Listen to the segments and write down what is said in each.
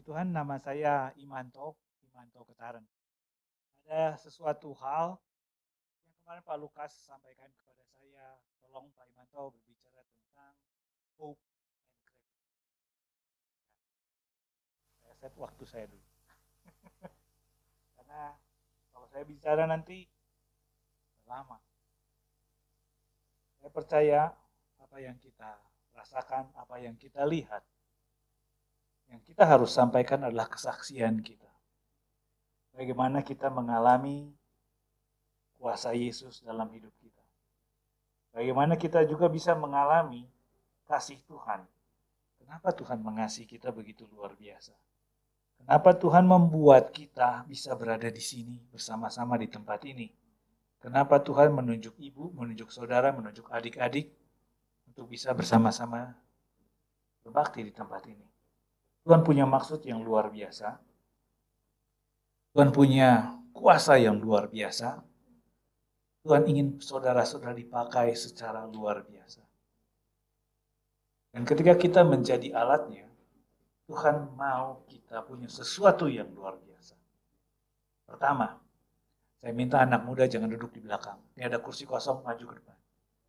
Tuhan, nama saya Imanto Ketaren. Ada sesuatu hal yang kemarin Pak Lukas sampaikan kepada saya, tolong Pak Imanto berbicara tentang hope and gratitude. Saya set waktu saya dulu. Karena kalau saya bicara nanti lama. Saya percaya apa yang kita rasakan, apa yang kita lihat, yang kita harus sampaikan adalah kesaksian kita. Bagaimana kita mengalami kuasa Yesus dalam hidup kita. Bagaimana kita juga bisa mengalami kasih Tuhan. Kenapa Tuhan mengasihi kita begitu luar biasa? Kenapa Tuhan membuat kita bisa berada di sini bersama-sama di tempat ini? Kenapa Tuhan menunjuk ibu, menunjuk saudara, menunjuk adik-adik untuk bisa bersama-sama berbakti di tempat ini? Tuhan punya maksud yang luar biasa. Tuhan punya kuasa yang luar biasa. Tuhan ingin saudara-saudara dipakai secara luar biasa. Dan ketika kita menjadi alatnya, Tuhan mau kita punya sesuatu yang luar biasa. Pertama, saya minta anak muda jangan duduk di belakang. Ini ada kursi kosong, maju ke depan.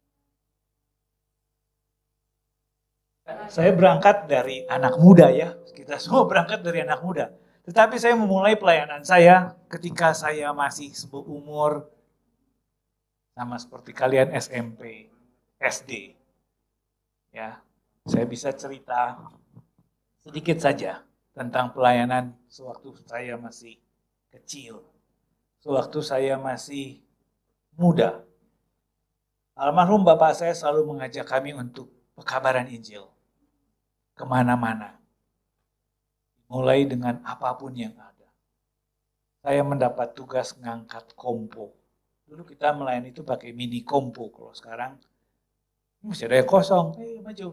Saya berangkat dari anak muda ya. Kita semua berangkat dari anak muda. Tetapi saya memulai pelayanan saya ketika saya masih seumur sama seperti kalian SMP, SD. Ya, saya bisa cerita sedikit saja tentang pelayanan sewaktu saya masih kecil, sewaktu saya masih muda. Almarhum bapak saya selalu mengajak kami untuk pekabaran Injil kemana-mana, mulai dengan apapun yang ada. Saya mendapat tugas ngangkat kompo. Dulu kita melayani itu pakai mini kompo, kalau sekarang masih ada yang kosong, maju.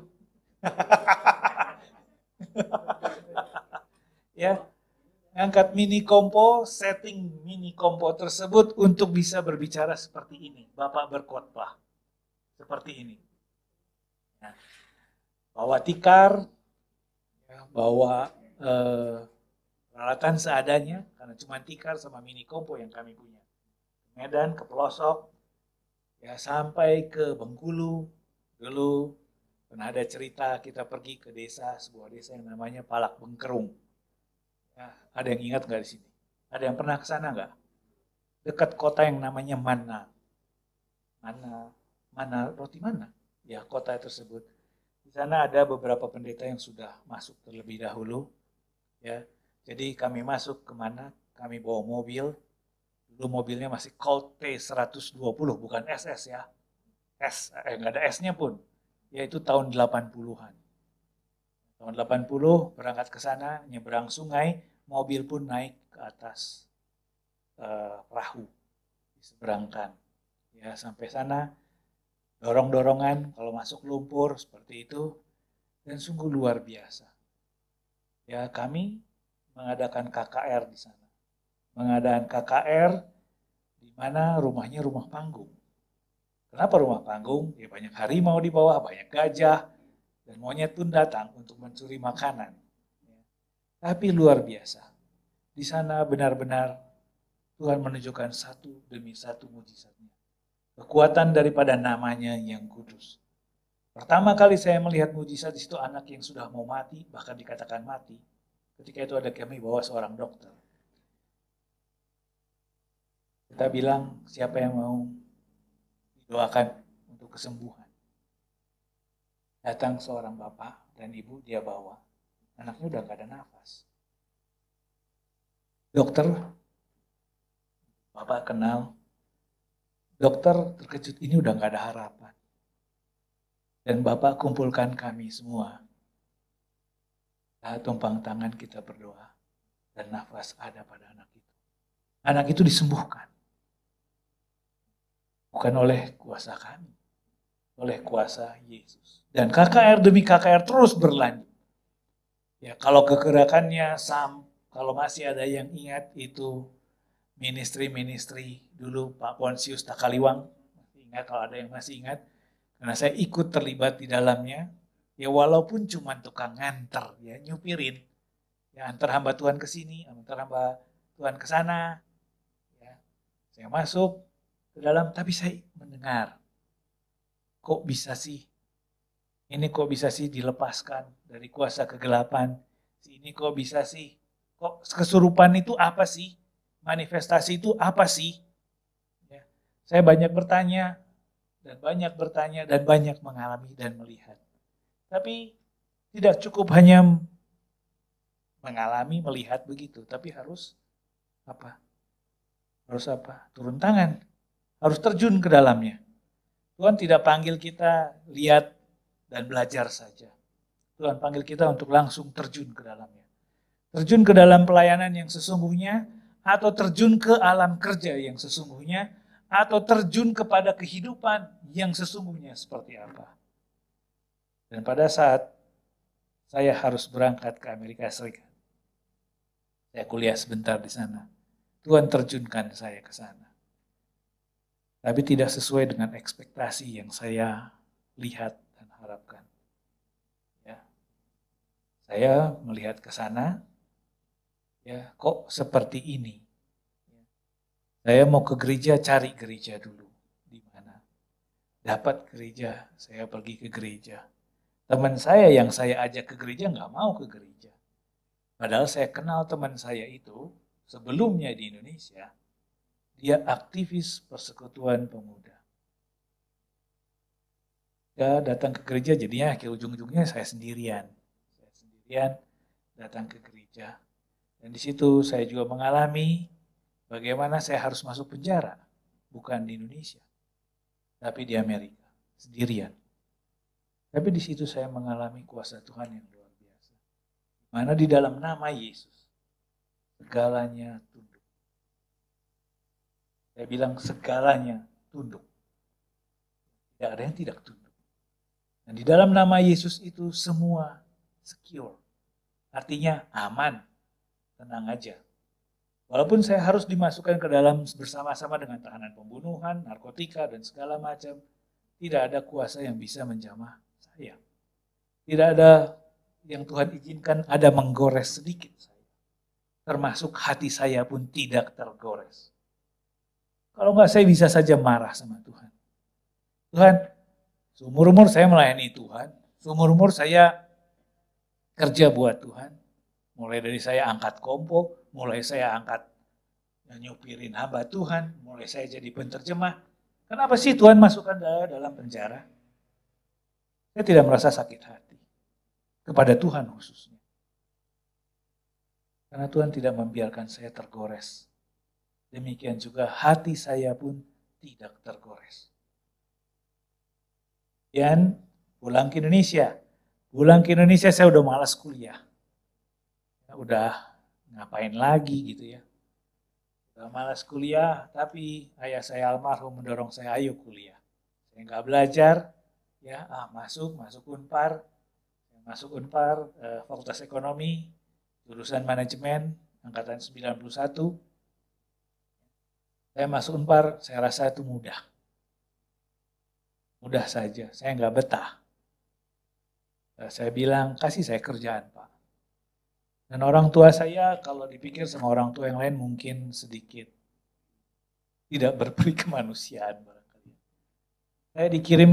Ya, ngangkat mini kompo, setting mini kompo tersebut untuk bisa berbicara seperti ini. Bapak berkhotbah seperti ini. Nah, bawa tikar, ya, bawa peralatan seadanya, karena cuma tikar sama mini kompo yang kami punya. Medan ke pelosok, ya sampai ke Bengkulu. Dulu pernah ada cerita kita pergi ke desa, sebuah desa yang namanya Palak Bengkerung. Ya, ada yang ingat nggak di sini? Ada yang pernah ke sana nggak? Dekat kota yang namanya Mana. Roti Mana? Ya, kota tersebut. Di sana ada beberapa pendeta yang sudah masuk terlebih dahulu. Ya, jadi kami masuk ke mana? Kami bawa mobil. Dulu mobilnya masih Colt T120, bukan SS ya. Nggak ada S-nya pun. Yaitu tahun 80-an. Tahun 80 berangkat ke sana, nyebrang sungai, mobil pun naik ke atas perahu, diseberangkan. Ya, sampai sana dorong-dorongan kalau masuk lumpur seperti itu, dan sungguh luar biasa. Ya, kami mengadakan KKR di sana. Mengadakan KKR di mana rumahnya rumah panggung. Kenapa rumah panggung? Ya banyak harimau di bawah, banyak gajah, dan monyet pun datang untuk mencuri makanan. Ya. Tapi luar biasa. Di sana benar-benar Tuhan menunjukkan satu demi satu mujizatnya. Kekuatan daripada namanya yang kudus. Pertama kali saya melihat mujizat di situ anak yang sudah mau mati, bahkan dikatakan mati. Ketika itu ada kami bawa seorang dokter. Kita bilang, siapa yang mau didoakan untuk kesembuhan? Datang seorang bapak dan ibu, dia bawa. Anaknya udah gak ada nafas. Dokter, bapak kenal. Dokter terkejut, ini udah gak ada harapan. Dan bapak kumpulkan kami semua. Tumpang tangan kita berdoa. Dan nafas ada pada anak itu. Anak itu disembuhkan. Bukan oleh kuasa kami. Oleh kuasa Yesus. Dan KKR demi KKR terus berlanjut. Ya, kalau kegerakannya kalau masih ada yang ingat itu ministry dulu Pak Pontius Takaliwang. Ingat kalau ada yang masih ingat. Karena saya ikut terlibat di dalamnya, ya walaupun cuma tukang nganter, ya nyupirin, Ya, antar hamba Tuhan ke sini, antar hamba Tuhan ke sana. Ya. Saya masuk ke dalam, tapi saya mendengar. Kok bisa sih? Ini kok bisa sih dilepaskan dari kuasa kegelapan? Ini kok bisa sih? Kok kesurupan itu apa sih? Manifestasi itu apa sih? Ya. Saya banyak bertanya, dan banyak mengalami dan melihat. Tapi tidak cukup hanya mengalami, melihat begitu, tapi harus apa? Harus apa? Turun tangan. Harus terjun ke dalamnya. Tuhan tidak panggil kita lihat dan belajar saja. Tuhan panggil kita untuk langsung terjun ke dalamnya. Terjun ke dalam pelayanan yang sesungguhnya, atau terjun ke alam kerja yang sesungguhnya, atau terjun kepada kehidupan yang sesungguhnya seperti apa. Dan pada saat saya harus berangkat ke Amerika Serikat, saya kuliah sebentar di sana. Tuhan terjunkan saya ke sana. Tapi tidak sesuai dengan ekspektasi yang saya lihat dan harapkan. Ya. Saya melihat ke sana, ya kok seperti ini. Saya mau ke gereja, cari gereja dulu. Di mana? Dapat gereja, saya pergi ke gereja. Teman saya yang saya ajak ke gereja nggak mau ke gereja. Padahal saya kenal teman saya itu sebelumnya di Indonesia. Dia aktivis persekutuan pemuda. Ya datang ke gereja jadinya akhir ujung-ujungnya saya sendirian. Saya sendirian datang ke gereja. Dan di situ saya juga mengalami bagaimana saya harus masuk penjara. Bukan di Indonesia, tapi di Amerika. Sendirian. Tapi di situ saya mengalami kuasa Tuhan yang luar biasa. Mana di dalam nama Yesus, segalanya tunduk. Saya bilang segalanya tunduk. Tidak ada yang tidak tunduk. Dan di dalam nama Yesus itu semua secure. Artinya aman, tenang aja. Walaupun saya harus dimasukkan ke dalam bersama-sama dengan tahanan pembunuhan, narkotika, dan segala macam, tidak ada kuasa yang bisa menjamah saya. Tidak ada yang Tuhan izinkan ada menggores sedikit saya. Termasuk hati saya pun tidak tergores. Kalau enggak saya bisa saja marah sama Tuhan. Tuhan, seumur-umur saya melayani Tuhan. Seumur-umur saya kerja buat Tuhan. Mulai dari saya angkat kompo, mulai saya angkat nyupirin hamba Tuhan, mulai saya jadi penterjemah. Kenapa sih Tuhan masukkan dalam penjara? Saya tidak merasa sakit hati. Kepada Tuhan khususnya. Karena Tuhan tidak membiarkan saya tergores. Demikian juga hati saya pun tidak tergores. Dan pulang ke Indonesia. Pulang ke Indonesia saya udah malas kuliah. Udah ngapain lagi gitu ya. Udah malas kuliah, tapi ayah saya almarhum mendorong saya, ayo kuliah. Saya nggak belajar, ya masuk Unpar. Masuk Unpar, Fakultas Ekonomi, jurusan Manajemen, Angkatan 91. Saya masuk Unpar, saya rasa itu mudah. Mudah saja, saya nggak betah. Saya bilang, kasih saya kerjaan Pak. Dan orang tua saya, kalau dipikir sama orang tua yang lain mungkin sedikit tidak berperi kemanusiaan barangkali. Saya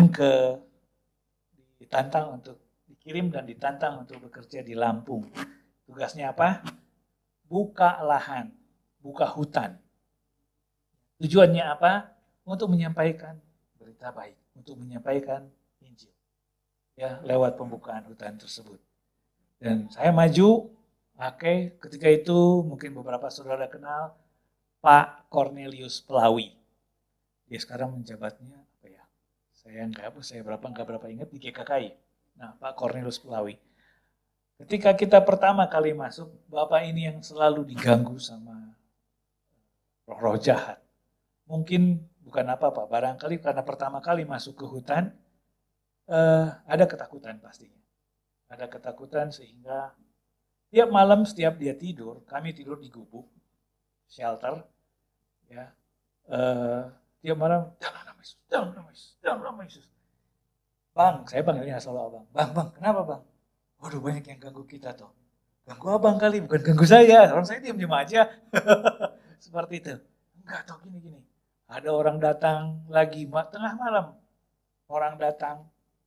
dikirim dan ditantang untuk bekerja di Lampung. Tugasnya apa? Buka lahan, buka hutan. Tujuannya apa? Untuk menyampaikan berita baik, untuk menyampaikan Injil. Ya, lewat pembukaan hutan tersebut. Dan saya maju, ketika itu mungkin beberapa saudara kenal Pak Cornelius Pelawi. Dia sekarang menjabatnya apa ya? Saya berapa ingat di GKKI. Nah, Pak Cornelius Pelawi. Ketika kita pertama kali masuk, Bapak ini yang selalu diganggu sama roh-roh jahat. Mungkin bukan apa-apa, barangkali karena pertama kali masuk ke hutan, ada ketakutan pastinya. Ada ketakutan sehingga tiap malam setiap dia tidur, kami tidur di gubuk, shelter, ya. Tiap malam, dalam nama Yesus. Bang, saya panggilnya selalu abang. Bang, kenapa bang? Waduh banyak yang ganggu kita toh. Ganggu abang kali, bukan ganggu saya. Orang saya diam-diam aja. Seperti itu. Enggak tahu gini-gini. Ada orang datang lagi tengah malam. Orang datang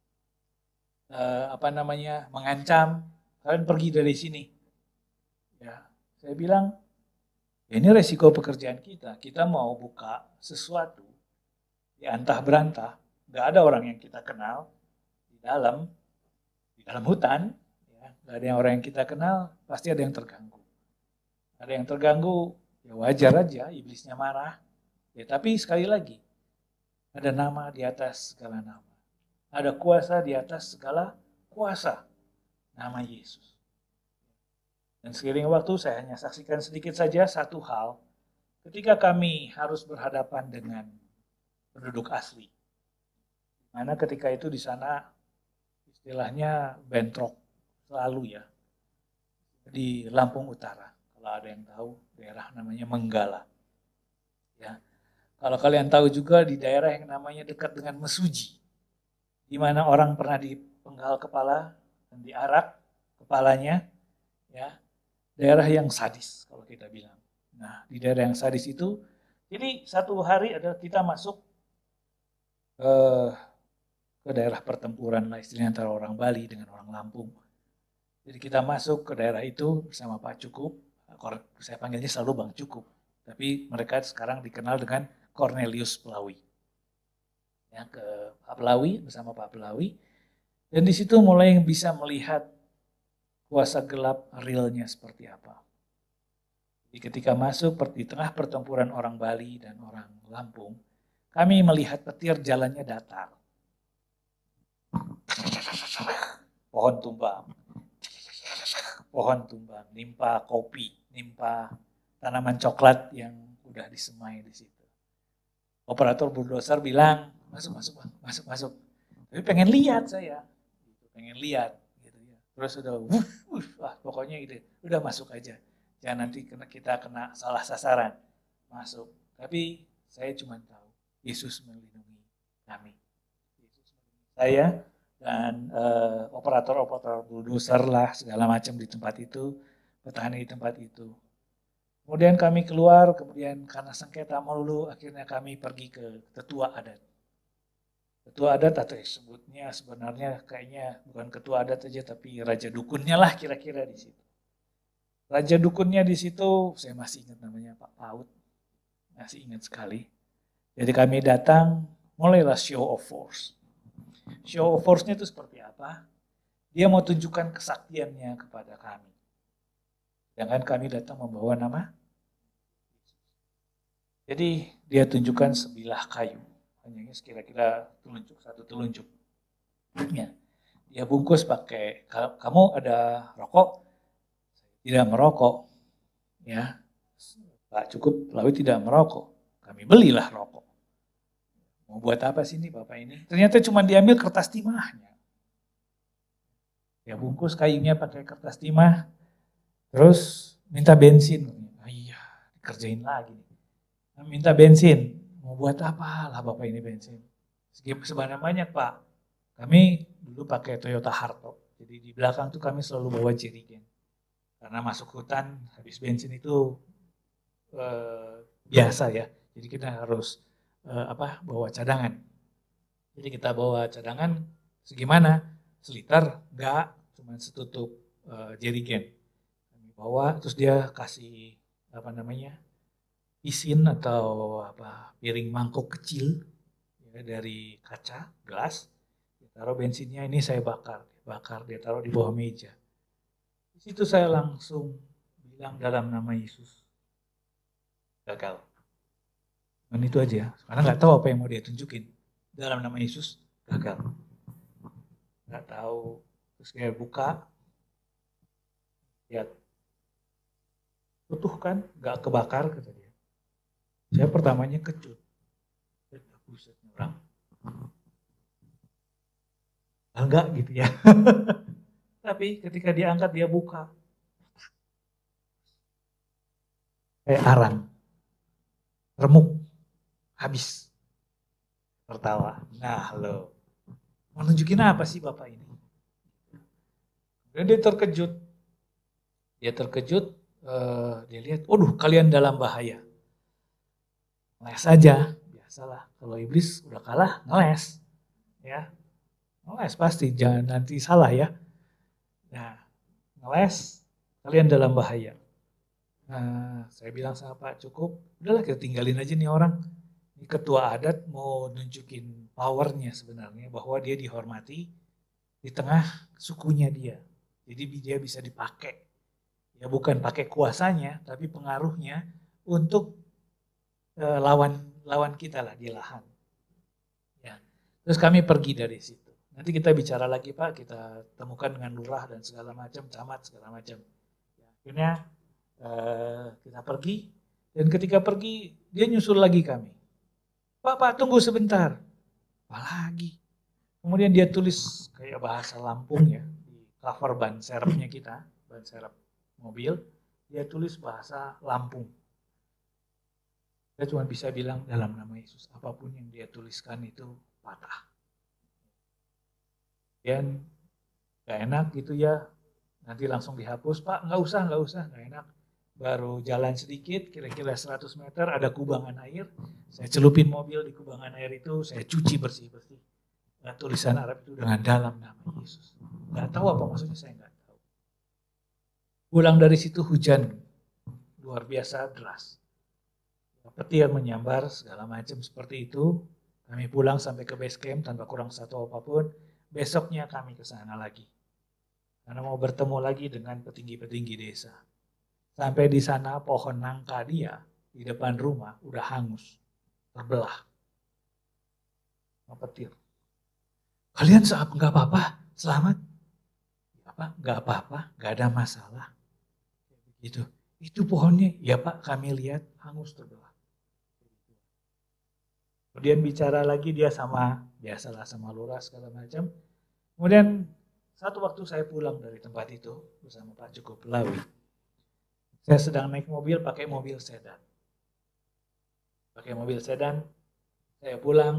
mengancam, kalian pergi dari sini. Ya, saya bilang, ya ini resiko pekerjaan kita. Kita mau buka sesuatu di antah berantah, nggak ada orang yang kita kenal di dalam hutan, ya, nggak ada orang yang kita kenal, pasti ada yang terganggu. Ada yang terganggu, ya wajar aja, iblisnya marah. Ya tapi sekali lagi, ada nama di atas segala nama. Ada kuasa di atas segala kuasa. Nama Yesus. Dan seiring waktu saya hanya saksikan sedikit saja satu hal. Ketika kami harus berhadapan dengan penduduk asli. Mana ketika itu di sana istilahnya bentrok selalu ya. Di Lampung Utara. Kalau ada yang tahu daerah namanya Menggala. Ya. Kalau kalian tahu juga di daerah yang namanya dekat dengan Mesuji. Di mana orang pernah dipenggal kepala dan diarak kepalanya, ya, daerah yang sadis kalau kita bilang. Nah, di daerah yang sadis itu, jadi satu hari adalah kita masuk ke daerah pertempuran lah istilahnya antara orang Bali dengan orang Lampung. Jadi kita masuk ke daerah itu bersama Pak Cukup, saya panggilnya selalu Bang Cukup, tapi mereka sekarang dikenal dengan Cornelius Pelawi. Ya, ke Pak Pelawi bersama Pak Pelawi, dan di situ mulai bisa melihat kuasa gelap realnya seperti apa. Jadi ketika masuk di tengah pertempuran orang Bali dan orang Lampung, kami melihat petir jalannya datar. Pohon tumbang, nimpa kopi, nimpa tanaman coklat yang udah disemai di situ. Operator bulldozer bilang, masuk. Tapi pengen lihat saya, gitu ya. Terus udah, pokoknya gitu, udah masuk aja. Jangan nanti kita kena salah sasaran, masuk. Tapi saya cuma tahu, Yesus melindungi kami. Saya dan operator bulldozer lah, segala macam di tempat itu, petani di tempat itu. Kemudian kami keluar, kemudian karena sengketa melulu, akhirnya kami pergi ke ketua adat. Ketua adat atau sebutnya sebenarnya kayaknya bukan ketua adat aja, tapi raja dukunnya lah kira-kira di situ. Raja dukunnya di situ, saya masih ingat namanya Pak Paut, masih ingat sekali. Jadi kami datang, mulailah show of force. Show of force-nya itu seperti apa? Dia mau tunjukkan kesaktiannya kepada kami. Sedangkan kami datang membawa nama. Jadi dia tunjukkan sebilah kayu. Hanya kira-kira satu teluncuk. Ya. Dia bungkus pakai, kamu ada rokok? Tidak merokok. Ya. Pak Cukup Pelawi tidak merokok. Kami belilah rokok. Mau buat apa sih ini Bapak ini? Ternyata cuma diambil kertas timahnya. Dia bungkus kayunya pakai kertas timah. Terus minta bensin. Iya, dikerjain lagi. Minta bensin. Mau buat apa lah Bapak ini bensin? Sebenarnya banyak Pak. Kami dulu pakai Toyota Harto. Jadi di belakang tuh kami selalu bawa jerigen. Karena masuk hutan habis bensin itu biasa ya. Jadi kita harus bawa cadangan. Jadi kita bawa cadangan segimana? Seliter? Enggak, cuma setutup jerigen. Bawa, terus dia kasih isin atau piring mangkok kecil ya, dari kaca gelas, dia taruh bensinnya, ini saya bakar, dia taruh di bawah meja. Di situ saya langsung bilang dalam nama Yesus, gagal. Dan itu aja, karena nggak tahu apa yang mau dia tunjukin. Dalam nama Yesus, gagal. Nggak tahu, terus dia buka, lihat, utuh kan, nggak kebakar kata dia. Saya pertamanya kejut. Buset orang. Enggak gitu ya. Tapi ketika dia angkat, dia buka. Kayak arang. Remuk. Habis. Tertawa. Nah lo. Mau nunjukin apa sih Bapak ini? Dan dia terkejut. Dia terkejut, dia lihat, waduh kalian dalam bahaya. Ngeles aja, biasalah. Kalau iblis udah kalah, ngeles. Ya, ngeles pasti, jangan nanti salah ya. Nah, ngeles, kalian dalam bahaya. Nah, saya bilang sama Pak, cukup, udahlah kita tinggalin aja nih orang. Ini ketua adat mau nunjukin powernya sebenarnya, bahwa dia dihormati di tengah sukunya dia. Jadi dia bisa dipakai. Ya bukan pakai kuasanya, tapi pengaruhnya untuk lawan kita lah di lahan. Ya. Terus kami pergi dari situ. Nanti kita bicara lagi Pak, kita temukan dengan lurah dan segala macam, camat segala macam. Ya, akhirnya kita pergi, dan ketika pergi dia nyusul lagi kami. Pak tunggu sebentar. Apa lagi? Kemudian dia tulis kayak bahasa Lampung ya, di cover ban serepnya kita, ban serep mobil, dia tulis bahasa Lampung. Saya cuma bisa bilang dalam nama Yesus, apapun yang dia tuliskan itu patah. Dan gak enak gitu ya, nanti langsung dihapus, Pak nggak usah, gak enak. Baru jalan sedikit, kira-kira 100 meter ada kubangan air, saya celupin mobil di kubangan air itu, saya cuci bersih-bersih. Nah, tulisan Arab itu dengan dalam nama Yesus. Gak tahu apa maksudnya, saya nggak tahu. Pulang dari situ hujan luar biasa deras. Petir menyambar segala macam seperti itu. Kami pulang sampai ke base camp tanpa kurang satu apapun. Besoknya kami ke sana lagi. Karena mau bertemu lagi dengan petinggi-petinggi desa. Sampai di sana pohon nangka dia di depan rumah udah hangus, terbelah. Petir. Kalian nggak apa-apa, selamat. Apa? Nggak apa-apa, nggak ada masalah. Gitu. Itu pohonnya, ya Pak, kami lihat hangus terbelah. Kemudian bicara lagi dia sama, biasalah sama lurah segala macam. Kemudian satu waktu saya pulang dari tempat itu bersama Pak Cukup Lawi. Saya sedang naik mobil, pakai mobil sedan. Saya pulang.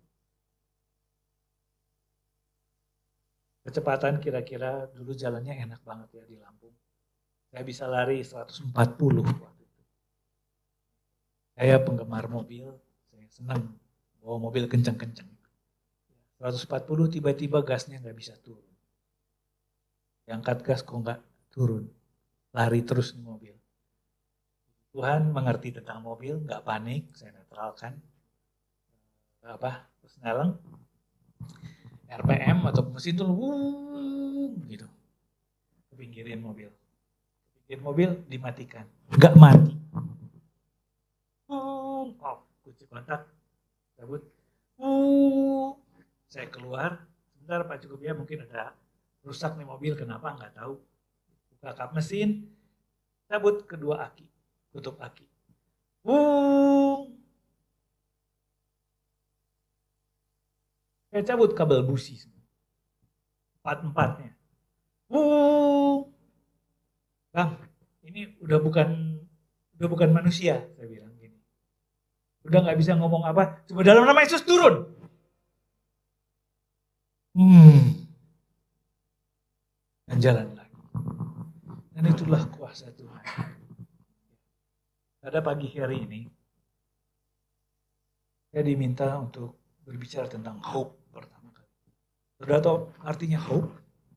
Kecepatan kira-kira dulu jalannya enak banget ya di Lampung. Saya bisa lari 140 waktu itu. Saya penggemar mobil, saya senang bawa mobil kencang-kencang. 140 tiba-tiba gasnya nggak bisa turun. Diangkat gas kok nggak turun. Lari terus di mobil. Tuhan mengerti tentang mobil, nggak panik, saya netralkan. Terus neleng. RPM atau mesin tuh gitu. Pinggirin mobil. Dimatikan. Nggak mati. Kunci kontak. Cabut. Saya keluar. Sebentar Pak Cukup ya, mungkin ada rusak nih mobil, kenapa nggak tahu. Buka kap mesin. Cabut kedua aki. Tutup aki. Saya cabut kabel busi. 4-4-nya. Bang, ini udah bukan manusia, saya bilang gini. Udah nggak bisa ngomong apa, coba dalam nama Yesus turun. Dan jalan lagi. Dan itulah kuasa Tuhan. Pada pagi hari ini, saya diminta untuk berbicara tentang hope pertama kali. Sudah tahu artinya hope?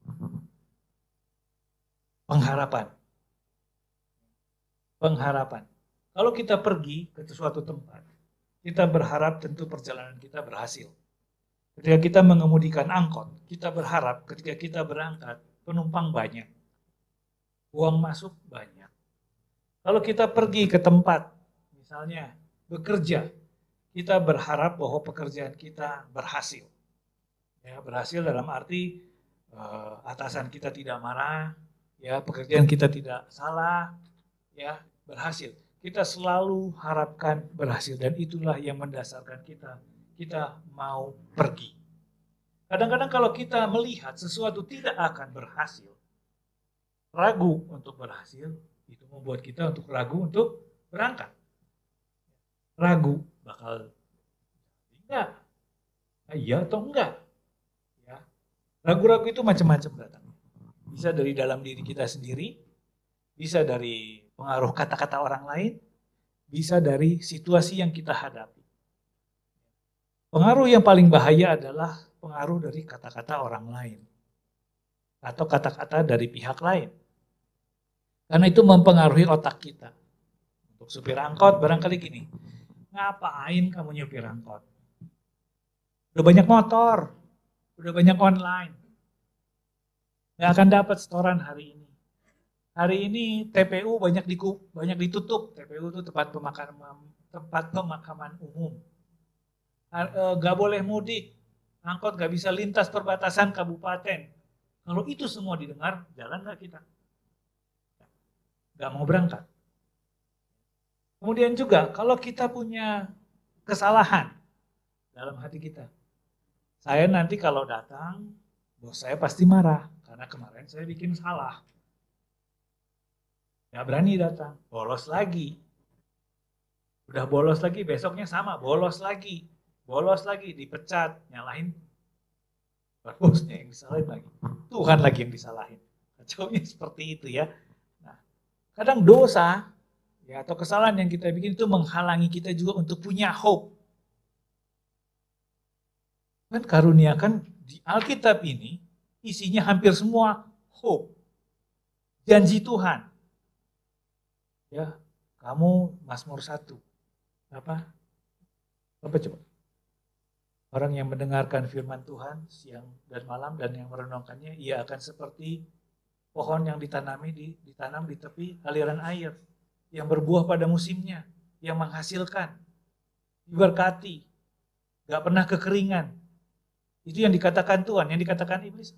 Pengharapan. Kalau kita pergi ke suatu tempat, kita berharap tentu perjalanan kita berhasil. Ketika kita mengemudikan angkot, kita berharap ketika kita berangkat, penumpang banyak. Uang masuk banyak. Kalau kita pergi ke tempat, misalnya bekerja, kita berharap bahwa pekerjaan kita berhasil. Ya, berhasil dalam arti atasan kita tidak marah, ya pekerjaan kita tidak salah, ya berhasil. Kita selalu harapkan berhasil dan itulah yang mendasarkan kita mau pergi. Kadang-kadang kalau kita melihat sesuatu tidak akan berhasil, ragu untuk berhasil, itu membuat kita untuk ragu untuk berangkat. Ragu bakal enggak, iya atau enggak. Ya. Ragu-ragu itu macam-macam datang. Bisa dari dalam diri kita sendiri, bisa dari pengaruh kata-kata orang lain, bisa dari situasi yang kita hadapi. Pengaruh yang paling bahaya adalah pengaruh dari kata-kata orang lain atau kata-kata dari pihak lain. Karena itu mempengaruhi otak kita. Untuk supir angkot barangkali gini, ngapain kamu nyupir angkot? Udah banyak motor, udah banyak online. Nggak akan dapat setoran hari ini. Hari ini TPU banyak ditutup. TPU itu tempat pemakaman umum. Nggak boleh mudik, angkot nggak bisa lintas perbatasan kabupaten. Kalau itu semua didengar, jalan nggak kita? Nggak mau berangkat. Kemudian juga kalau kita punya kesalahan dalam hati kita, saya nanti kalau datang, bos saya pasti marah karena kemarin saya bikin salah. Nggak berani datang, bolos lagi. Udah bolos lagi, besoknya sama, bolos lagi, dipecat, nyalahin bosnya yang disalahin lagi. Tuhan lagi yang disalahin. Kacaunya seperti itu ya. Nah, kadang dosa ya atau kesalahan yang kita bikin itu menghalangi kita juga untuk punya hope. Kan karuniakan di Alkitab ini isinya hampir semua hope. Janji Tuhan. Ya, kamu Mazmur 1. Apa coba? Orang yang mendengarkan firman Tuhan siang dan malam dan yang merenungkannya, ia akan seperti pohon yang ditanam di tepi aliran air, yang berbuah pada musimnya, yang menghasilkan, diberkati, gak pernah kekeringan. Itu yang dikatakan Tuhan, yang dikatakan iblis.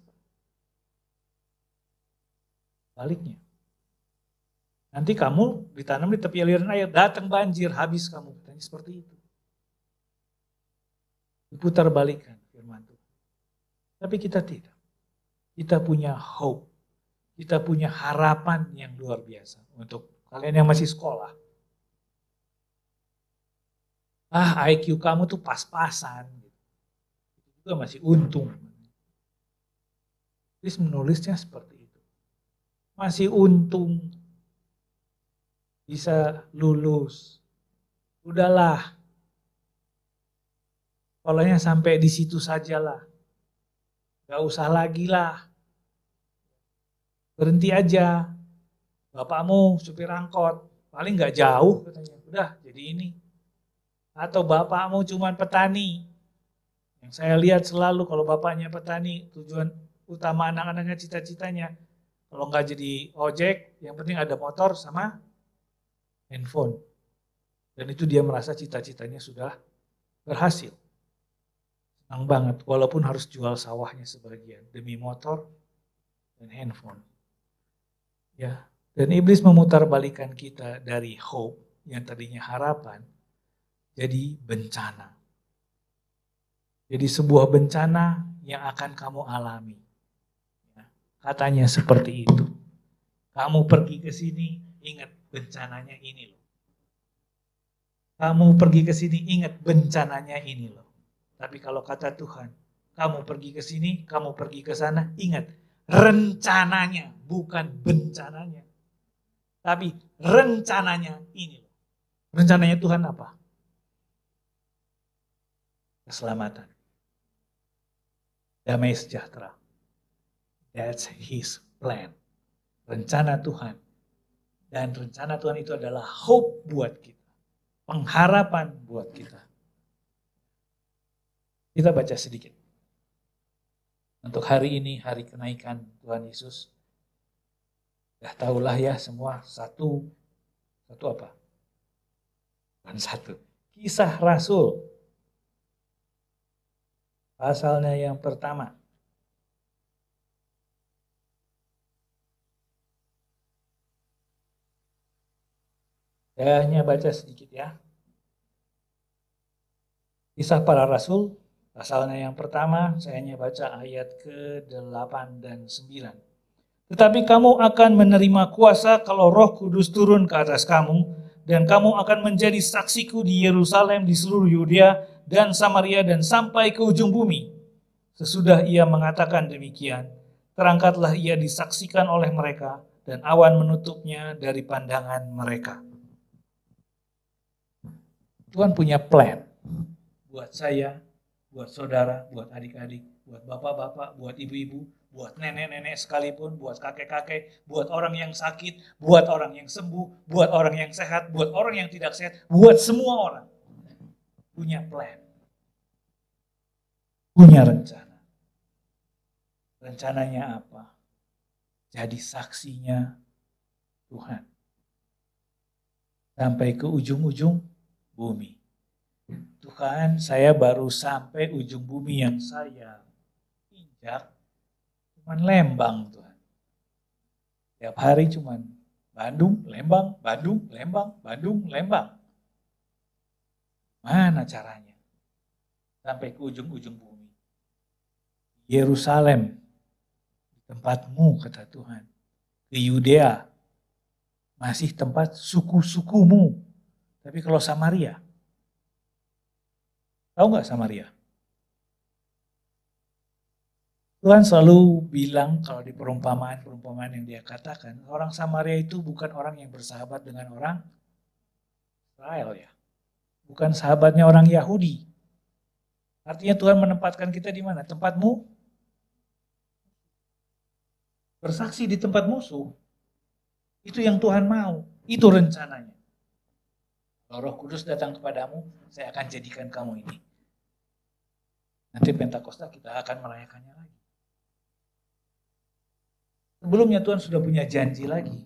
Baliknya. Nanti kamu ditanam di tepi aliran air, datang banjir, habis kamu. Katanya seperti itu. Diputar balikan firman Tuhan. Tapi kita tidak. Kita punya hope. Kita punya harapan yang luar biasa. Untuk kalian yang masih sekolah. IQ kamu tuh pas-pasan. Itu juga masih untung. Terus menulisnya seperti itu. Masih untung. Bisa lulus. Udahlah. Sekolahnya sampai di situ sajalah. Gak usah lagi lah. Berhenti aja. Bapakmu supir angkot. Paling gak jauh katanya. Udah jadi ini. Atau bapakmu cuman petani. Yang saya lihat selalu kalau bapaknya petani. Tujuan utama anak-anaknya cita-citanya. Kalau gak jadi ojek. Yang penting ada motor sama handphone. Dan itu dia merasa cita-citanya sudah berhasil. Senang banget, walaupun harus jual sawahnya sebagian demi motor dan handphone. Ya, dan iblis memutarbalikan kita dari hope yang tadinya harapan jadi bencana. Jadi sebuah bencana yang akan kamu alami. Ya, katanya seperti itu. Kamu pergi ke sini, ingat bencananya ini loh. Kamu pergi ke sini, ingat bencananya ini loh. Tapi kalau kata Tuhan, kamu pergi ke sini, kamu pergi ke sana, ingat rencananya, bukan bencananya. Tapi rencananya ini. Rencananya Tuhan apa? Keselamatan. Damai sejahtera. That's His plan. Rencana Tuhan. Dan rencana Tuhan itu adalah hope buat kita. Pengharapan buat kita. Kita baca sedikit. Untuk hari ini, hari kenaikan Tuhan Yesus. Ya tahulah ya semua satu apa? Bukan satu. Kisah Rasul. Pasalnya yang pertama. Saya hanya baca sedikit ya. Kisah para Rasul. Pasalnya yang pertama, saya hanya baca ayat ke-8 dan 9. Tetapi kamu akan menerima kuasa kalau Roh Kudus turun ke atas kamu, dan kamu akan menjadi saksiku di Yerusalem, di seluruh Yudea dan Samaria, dan sampai ke ujung bumi. Sesudah ia mengatakan demikian, terangkatlah ia disaksikan oleh mereka, dan awan menutupnya dari pandangan mereka. Tuhan punya plan buat saya, buat saudara, buat adik-adik, buat bapak-bapak, buat ibu-ibu, buat nenek-nenek sekalipun, buat kakek-kakek, buat orang yang sakit, buat orang yang sembuh, buat orang yang sehat, buat orang yang tidak sehat, buat semua orang. Punya plan. Punya rencana. Rencananya apa? Jadi saksinya Tuhan. Sampai ke ujung-ujung bumi. Tuhan, saya baru sampai ujung bumi yang saya injak. Cuman Lembang, Tuhan. Tiap hari cuman Bandung, Lembang, Bandung, Lembang, Bandung, Lembang. Mana caranya? Sampai ke ujung-ujung bumi. Yerusalem, tempatmu, kata Tuhan. Ke Yudea, masih tempat suku-sukumu. Tapi kalau Samaria, tahu nggak Samaria? Tuhan selalu bilang kalau di perumpamaan yang dia katakan, orang Samaria itu bukan orang yang bersahabat dengan orang Israel ya. Bukan sahabatnya orang Yahudi. Artinya Tuhan menempatkan kita di mana? Tempatmu bersaksi di tempat musuh. Itu yang Tuhan mau. Itu rencananya. Kalau Roh Kudus datang kepadamu, saya akan jadikan kamu ini. Nanti Pentakosta kita akan merayakannya lagi. Sebelumnya Tuhan sudah punya janji lagi.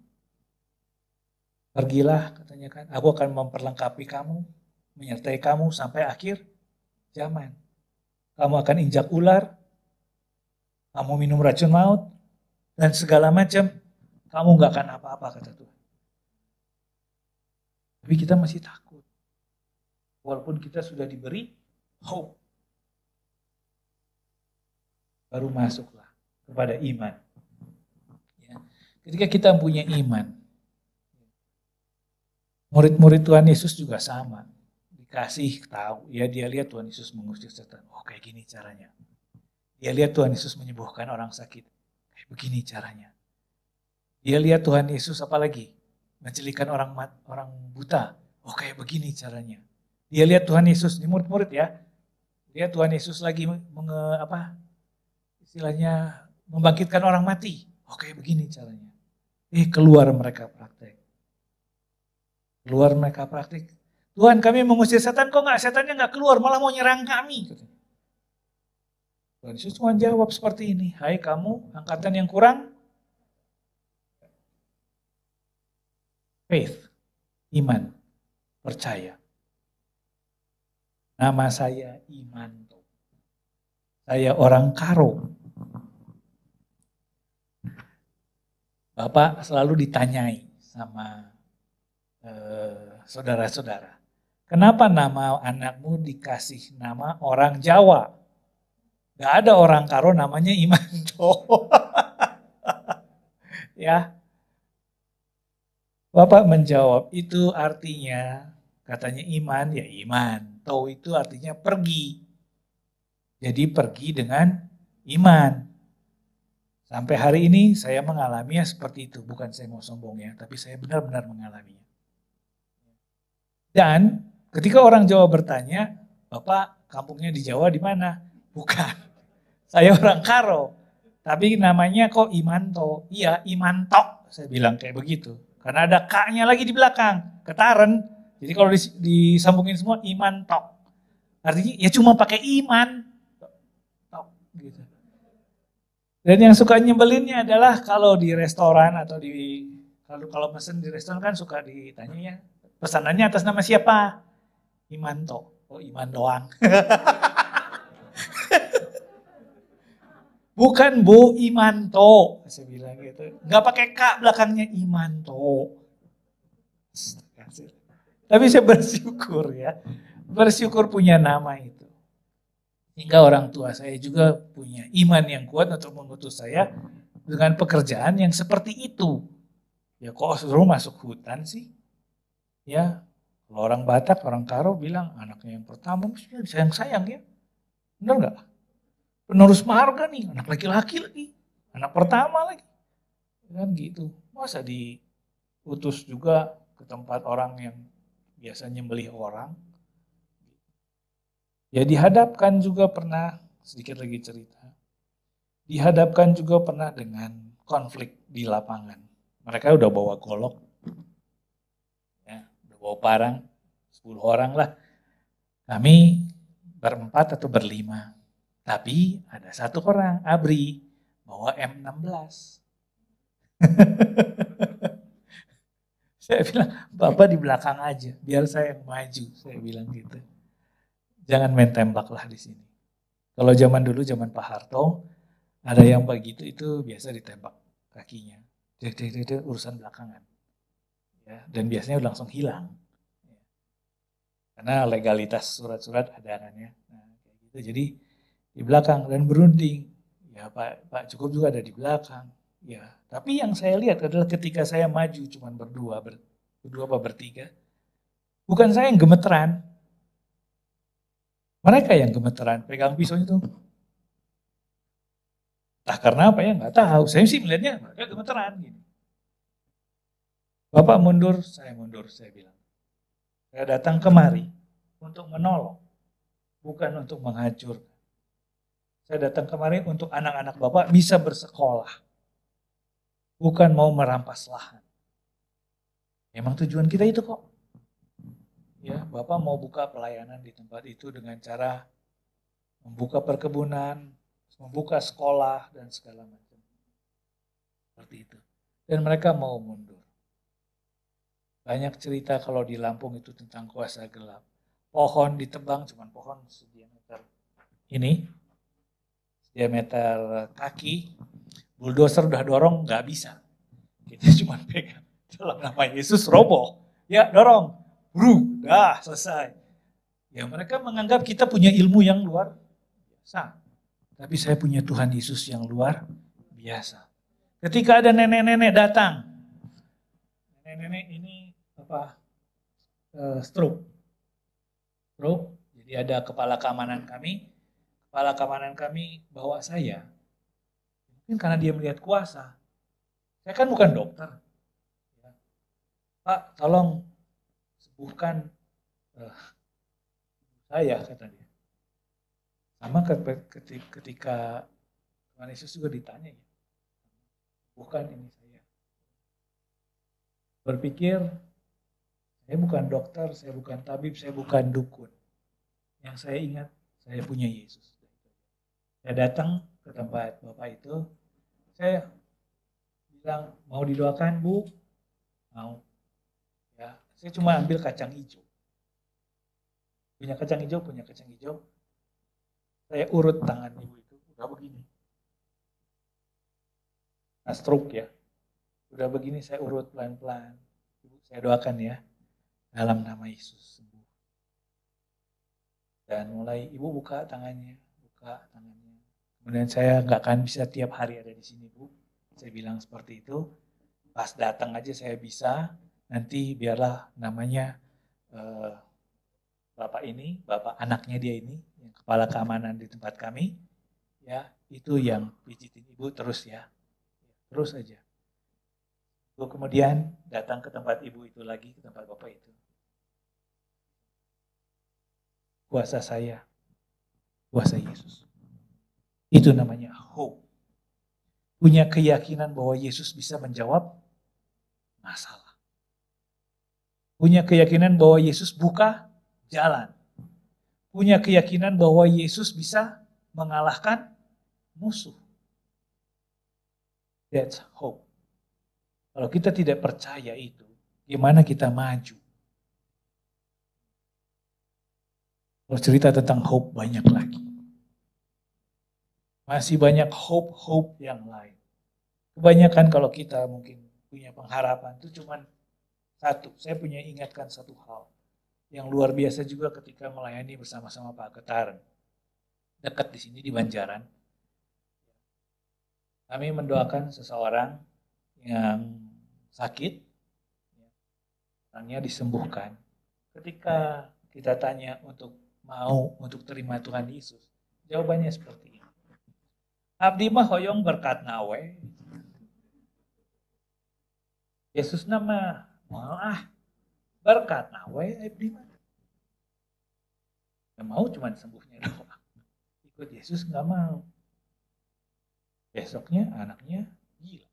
Pergilah, katanya kan, aku akan memperlengkapi kamu, menyertai kamu sampai akhir zaman. Kamu akan injak ular, kamu minum racun maut, dan segala macam, kamu gak akan apa-apa, kata Tuhan. Tapi kita masih takut. Walaupun kita sudah diberi hope. Baru masuklah kepada iman. Ya. Ketika kita punya iman, murid-murid Tuhan Yesus juga sama. Dikasih tahu, ya dia lihat Tuhan Yesus mengusir setan. Oh kayak gini caranya. Dia lihat Tuhan Yesus menyembuhkan orang sakit. Kayak begini caranya. Dia lihat Tuhan Yesus apalagi menjelikan orang buta. Oh kayak begini caranya. Dia lihat Tuhan Yesus, ini murid-murid ya. Lihat Tuhan Yesus lagi istilahnya membangkitkan orang mati. Oh kayak begini caranya. Keluar mereka praktek. Keluar mereka praktek. Tuhan kami mengusir setan, kok setannya nggak keluar, malah mau nyerang kami. Tuhan Yesus cuma jawab seperti ini. Hai kamu, angkatan yang kurang faith, iman, percaya. Nama saya Imanto. Saya orang Karo. Bapak selalu ditanyai sama saudara-saudara. Kenapa nama anakmu dikasih nama orang Jawa? Gak ada orang Karo namanya Imanto. Ya. Bapak menjawab, itu artinya, katanya iman, ya iman. To itu artinya pergi. Jadi pergi dengan iman. Sampai hari ini saya mengalaminya seperti itu. Bukan saya mau sombong ya, tapi saya benar-benar mengalaminya. Dan ketika orang Jawa bertanya, Bapak kampungnya di Jawa di mana? Bukan. Saya orang Karo. Tapi namanya kok Imanto. Iya, Imanto. Saya bilang kayak begitu. Karena ada K-nya lagi di belakang. Ketaren. Jadi kalau disambungin semua, Imanto. Artinya ya cuma pakai iman. Gitu. Dan yang suka nyebelinnya adalah kalau di restoran atau kalau pesen di restoran kan suka ditanya ya, pesanannya atas nama siapa? Imanto. Oh Iman doang. Bukan Bu Imanto, saya bilang gitu. Nggak pakai K belakangnya Imanto. Tapi saya bersyukur ya, bersyukur punya nama itu. Hingga orang tua saya juga punya iman yang kuat untuk mengutus saya dengan pekerjaan yang seperti itu. Ya kok suruh masuk hutan sih? Ya, kalau orang Batak, orang Karo bilang anaknya yang pertama sayang-sayang ya. Benar nggak? Penerus marga nih, anak laki-laki lagi. Anak pertama lagi. Kan gitu. Masa diutus juga ke tempat orang yang biasa nyembelih orang. Ya dihadapkan juga pernah, sedikit lagi cerita. Dihadapkan juga pernah dengan konflik di lapangan. Mereka udah bawa golok, ya, udah bawa parang, 10 orang lah. Kami berempat atau berlima. Tapi ada satu orang, Abri, bawa M16. Saya bilang, Bapak di belakang aja, biar saya yang maju. Saya bilang gitu. Jangan main tembak lah di sini. Kalau zaman dulu, zaman Pak Harto, ada yang begitu itu biasa ditembak kakinya. Dia urusan belakangan. Ya, dan biasanya langsung hilang. Karena legalitas surat-surat ada kan ya. Nah, kayak gitu. Jadi di belakang dan berunding. Ya Pak Cukup juga ada di belakang. Ya, tapi yang saya lihat adalah ketika saya maju cuman berdua apa bertiga, bukan saya yang gemeteran. Mereka yang gemeteran, pegang pisau itu. Entah karena apa ya, nggak tahu. Saya sih melihatnya mereka gemeteran. Gini. Bapak mundur, saya bilang. Saya datang kemari untuk menolong, bukan untuk menghancurkan. Saya datang kemari untuk anak-anak Bapak bisa bersekolah, bukan mau merampas lahan. Memang tujuan kita itu kok. Ya, Bapak mau buka pelayanan di tempat itu dengan cara membuka perkebunan, membuka sekolah, dan segala macam. Seperti itu. Dan mereka mau mundur. Banyak cerita kalau di Lampung itu tentang kuasa gelap. Pohon ditebang, cuma pohon sediameter ini, diameter kaki, bulldozer udah dorong, nggak bisa. Kita cuma pegang dalam nama Yesus roboh. Ya dorong, dah selesai. Ya mereka menganggap kita punya ilmu yang luar biasa. Tapi saya punya Tuhan Yesus yang luar biasa. Ketika ada nenek-nenek datang, nenek-nenek ini stroke. Jadi ada kepala keamanan kami bawa saya. Mungkin karena dia melihat kuasa. Saya kan bukan dokter. Pak, tolong sembuhkan saya, kata dia. Sama ketika Tuhan Yesus juga ditanya, ya, bukan ini saya. Berpikir, saya bukan dokter, saya bukan tabib, saya bukan dukun. Yang saya ingat, saya punya Yesus. Saya datang ke tempat Bapak itu, saya bilang, mau didoakan Bu? Mau. Ya, saya cuma ambil kacang hijau. Punya kacang hijau. Saya urut tangan ibu itu, udah begini. Nah, stroke ya. Udah begini saya urut pelan-pelan. Ibu, saya doakan ya. Dalam nama Yesus. Dan mulai ibu buka tangannya. Kemudian saya nggak akan bisa tiap hari ada di sini Bu. Saya bilang seperti itu. Pas datang aja saya bisa. Nanti biarlah namanya Bapak ini, Bapak anaknya dia ini, yang kepala keamanan di tempat kami, ya itu yang pijitin ibu terus ya, terus aja. Lalu kemudian datang ke tempat ibu itu lagi, ke tempat Bapak itu. Kuasa saya, kuasa Yesus. Itu namanya hope. Punya keyakinan bahwa Yesus bisa menjawab masalah. Punya keyakinan bahwa Yesus buka jalan. Punya keyakinan bahwa Yesus bisa mengalahkan musuh. That's hope. Kalau kita tidak percaya itu, gimana kita maju? Kalau cerita tentang hope banyak lagi. Masih banyak hope yang lain. Kebanyakan kalau kita mungkin punya pengharapan itu cuma satu. Saya punya ingatkan satu hal. Yang luar biasa juga ketika melayani bersama-sama Pak Getaran. Dekat di sini di Banjaran. Kami mendoakan seseorang yang sakit. Orangnya disembuhkan. Ketika kita tanya untuk terima Tuhan Yesus. Jawabannya seperti ini. Abdi mah hoyong berkat nawe. Yesus nama malah berkat nawe abdi mah. Yang mau cuma sembuhnya doang. Ikut Yesus nggak mau. Besoknya anaknya gila.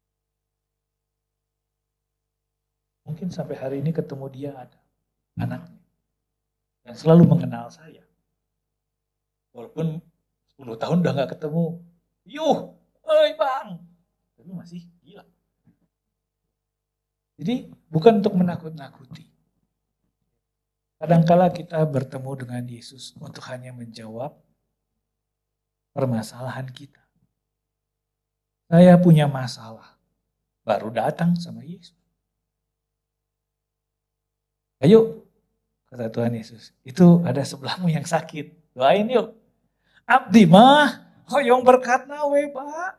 Mungkin sampai hari ini ketemu dia ada anaknya yang selalu mengenal saya. Walaupun 10 tahun udah nggak ketemu. Yuh, oi bang. Tapi masih gila. Jadi bukan untuk menakut-nakuti. Kadangkala kita bertemu dengan Yesus untuk hanya menjawab permasalahan kita. Saya punya masalah, baru datang sama Yesus. Ayo, kata Tuhan Yesus, itu ada sebelahmu yang sakit. Doain yuk. Abdi mah, hoyong berkat nawe pak.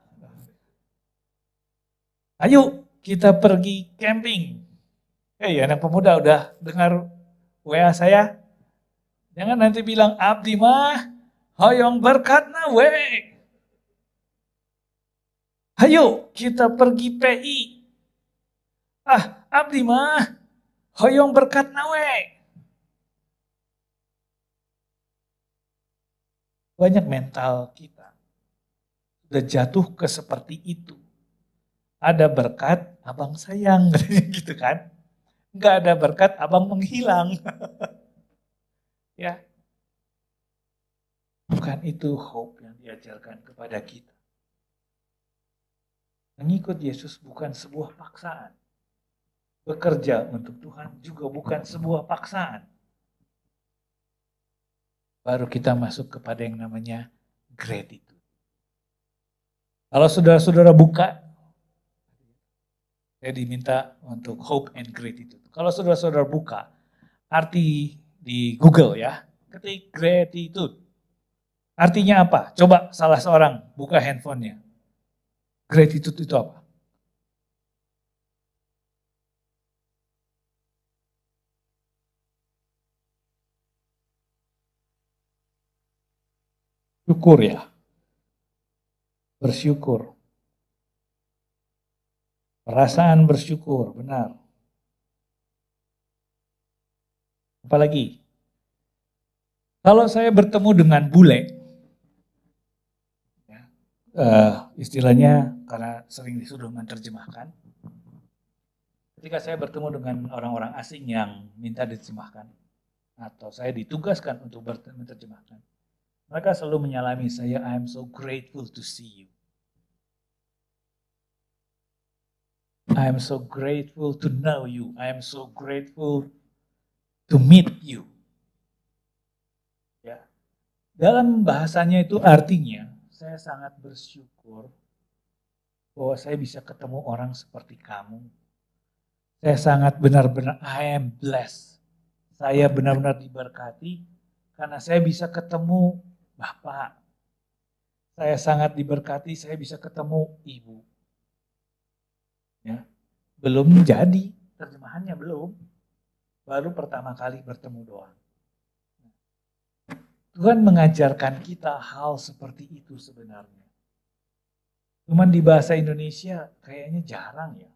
Ayo, kita pergi camping. Hei anak pemuda udah dengar WA saya? Jangan nanti bilang abdi mah, hoyong berkat nawe. Ayo kita pergi PI. Abdi mah hoyong berkat nawe. Banyak mental kita sudah jatuh ke seperti itu. Ada berkat, abang sayang, gitu kan. Nggak ada berkat, abang menghilang. Ya, bukan itu hope yang diajarkan kepada kita. Mengikut Yesus bukan sebuah paksaan. Bekerja untuk Tuhan juga bukan sebuah paksaan. Baru kita masuk kepada yang namanya gratitude. Kalau saudara-saudara buka, saya diminta untuk hope and gratitude. Kalau saudara-saudara buka, arti di Google ya, ketik gratitude. Artinya apa? Coba salah seorang buka handphonenya. Gratitude itu apa? Syukur ya. Bersyukur. Perasaan bersyukur, benar. Apalagi? Kalau saya bertemu dengan bule, istilahnya karena sering disuruh menerjemahkan, ketika saya bertemu dengan orang-orang asing yang minta diterjemahkan, atau saya ditugaskan untuk menerjemahkan, mereka selalu menyalami saya, I am so grateful to see you. I am so grateful to know you. I am so grateful to meet you. Ya. Dalam bahasanya itu artinya, saya sangat bersyukur bahwa saya bisa ketemu orang seperti kamu. Saya sangat benar-benar, I am blessed. Saya benar-benar diberkati karena saya bisa ketemu Bapak. Saya sangat diberkati, saya bisa ketemu Ibu. Ya, belum jadi, terjemahannya belum. Baru pertama kali bertemu doang. Tuhan mengajarkan kita hal seperti itu sebenarnya. Cuman di bahasa Indonesia kayaknya jarang ya.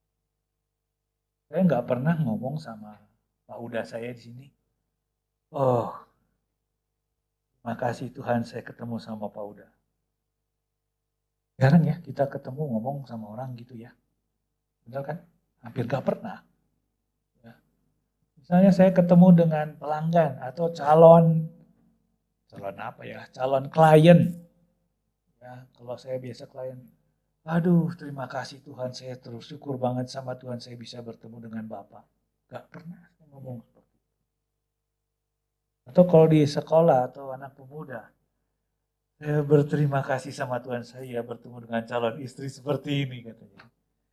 Saya nggak pernah ngomong sama Pak Uda saya di sini. Oh, makasih Tuhan saya ketemu sama Pak Uda. Jarang ya kita ketemu ngomong sama orang gitu ya. Benar kan? Hampir gak pernah. Ya. Misalnya saya ketemu dengan pelanggan atau calon apa ya? Calon klien. Ya, kalau saya biasa klien, aduh terima kasih Tuhan, saya terus syukur banget sama Tuhan saya bisa bertemu dengan Bapak. Gak pernah saya ngomong seperti itu. Atau kalau di sekolah atau anak pemuda, saya berterima kasih sama Tuhan saya bertemu dengan calon istri seperti ini katanya.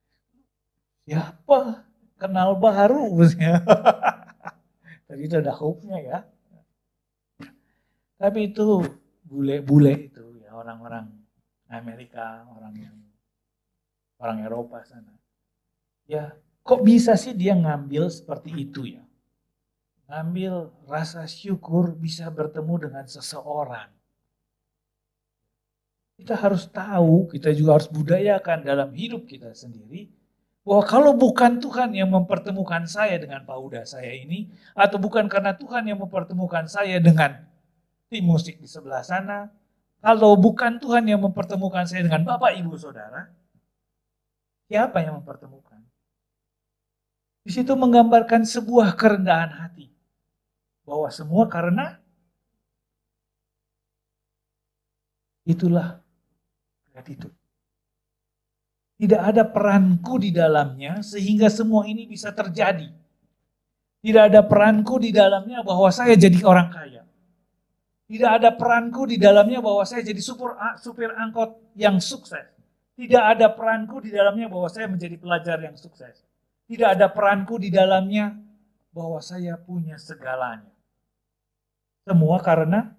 Siapa? Kenal baru. Tadi itu ada hope-nya ya. Tapi itu bule-bule itu ya orang-orang Amerika, orang Eropa sana. Ya, kok bisa sih dia ngambil seperti itu ya? Ngambil rasa syukur bisa bertemu dengan seseorang. Kita harus tahu, kita juga harus budayakan dalam hidup kita sendiri Bahwa kalau bukan Tuhan yang mempertemukan saya dengan Pauda saya ini, atau bukan karena Tuhan yang mempertemukan saya dengan tim musik di sebelah sana, kalau bukan Tuhan yang mempertemukan saya dengan Bapak Ibu Saudara, siapa yang mempertemukan? Di situ menggambarkan sebuah kerendahan hati. Bahwa semua karena itulah gratitude. Tidak ada peranku di dalamnya sehingga semua ini bisa terjadi. Tidak ada peranku di dalamnya bahwa saya jadi orang kaya. Tidak ada peranku di dalamnya bahwa saya jadi supir angkot yang sukses. Tidak ada peranku di dalamnya bahwa saya menjadi pelajar yang sukses. Tidak ada peranku di dalamnya bahwa saya punya segalanya. Semua karena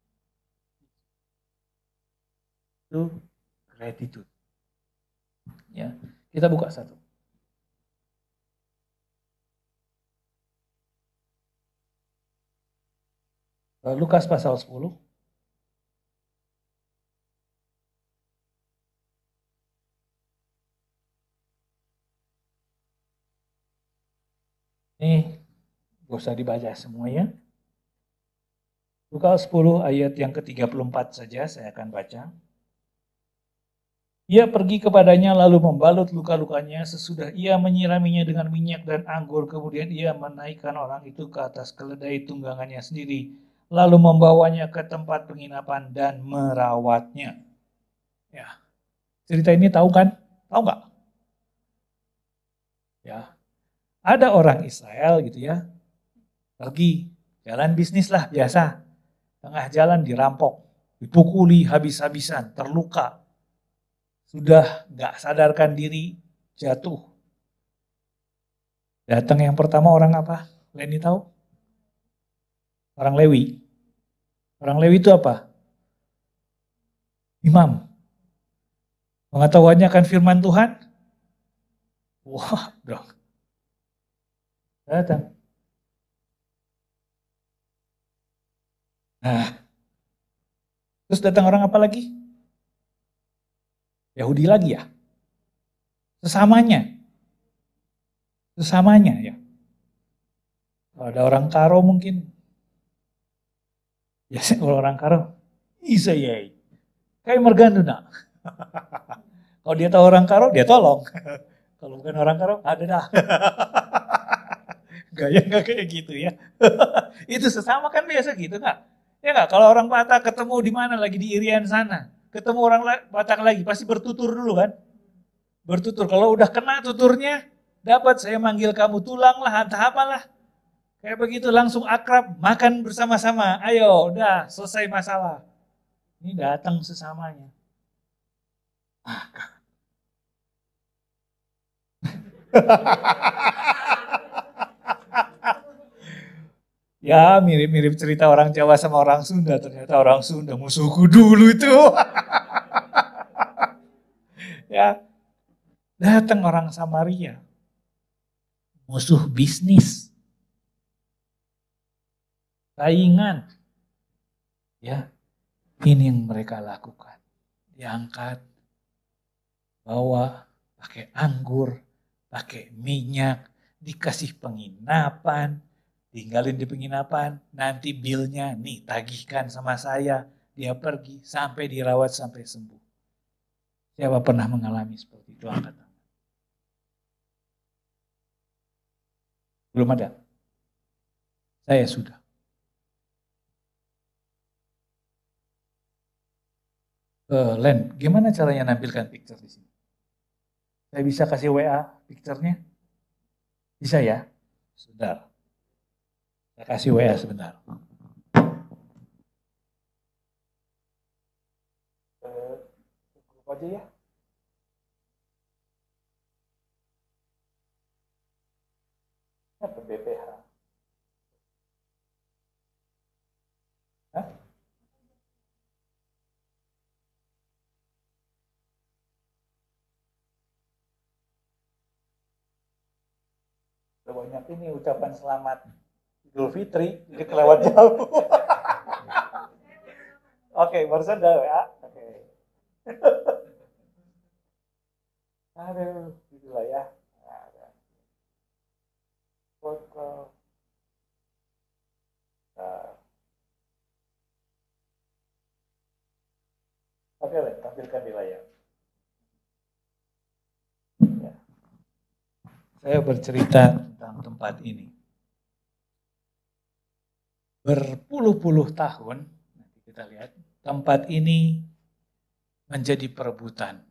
itu gratitude. Ya, kita buka satu. Lukas pasal 10. Ini gak usah dibaca semuanya. Lukas 10 ayat yang ke-34 saja saya akan baca. Ia pergi kepadanya lalu membalut luka-lukanya, sesudah ia menyiraminya dengan minyak dan anggur, kemudian ia menaikkan orang itu ke atas keledai tunggangannya sendiri, lalu membawanya ke tempat penginapan dan merawatnya. Ya, cerita ini tahu kan? Tahu nggak? Ya, ada orang Israel gitu ya, pergi jalan bisnis lah biasa, tengah jalan dirampok, dipukuli habis-habisan, terluka. Sudah nggak sadarkan diri, jatuh. Datang yang pertama orang apa? Leni tahu? Orang Lewi. Orang Lewi itu apa? Imam. Pengetahuannya akan firman Tuhan? Wah, dong. Datang. Nah, terus datang orang apa lagi? Yahudi lagi ya? Sesamanya. Sesamanya ya. Kalau ada orang Karo mungkin. Ya, kalau orang Karo. Isa ya. Kayak mergandu nak. Kalau dia tahu orang Karo, dia tolong. Kalau bukan orang Karo, ada dah. Gaya nggak kayak gitu ya. Itu sesama kan biasa gitu nggak? Ya nggak? Kalau orang Batak ketemu di mana lagi di Irian sana, ketemu orang Batak lagi pasti bertutur dulu kan? Bertutur. Kalau udah kena tuturnya, dapat saya manggil kamu tulang lah, entah apalah. Kayak begitu langsung akrab, makan bersama-sama. Ayo, udah selesai masalah. Ini datang sesamanya. Ya, mirip-mirip cerita orang Jawa sama orang Sunda. Ternyata orang Sunda musuhku dulu itu. Ya, datang orang Samaria. Musuh bisnis. Saingan. Ya, ini yang mereka lakukan. Diangkat, bawa, pakai anggur, pakai minyak, dikasih penginapan, tinggalin di penginapan, nanti bilnya nih tagihkan sama saya, dia pergi sampai dirawat sampai sembuh. Siapa pernah mengalami seperti itu? Angkat tangan. Belum ada? Saya sudah. Len, gimana caranya nampilkan picture di sini? Saya bisa kasih WA picture-nya? Bisa ya? Sudah. Saya kasih WA sebentar. Grup aja ya. Apa BPH? Hah? Banyak ini ucapan selamat Idul Fitri, jadi kelewat jauh. Oke, barusan udah ya. Oke. Aduh, gitulah ya. Oke, tampilkan di layar. Ya. Saya bercerita tentang tempat ini. Berpuluh-puluh tahun, nanti kita lihat, tempat ini menjadi perebutan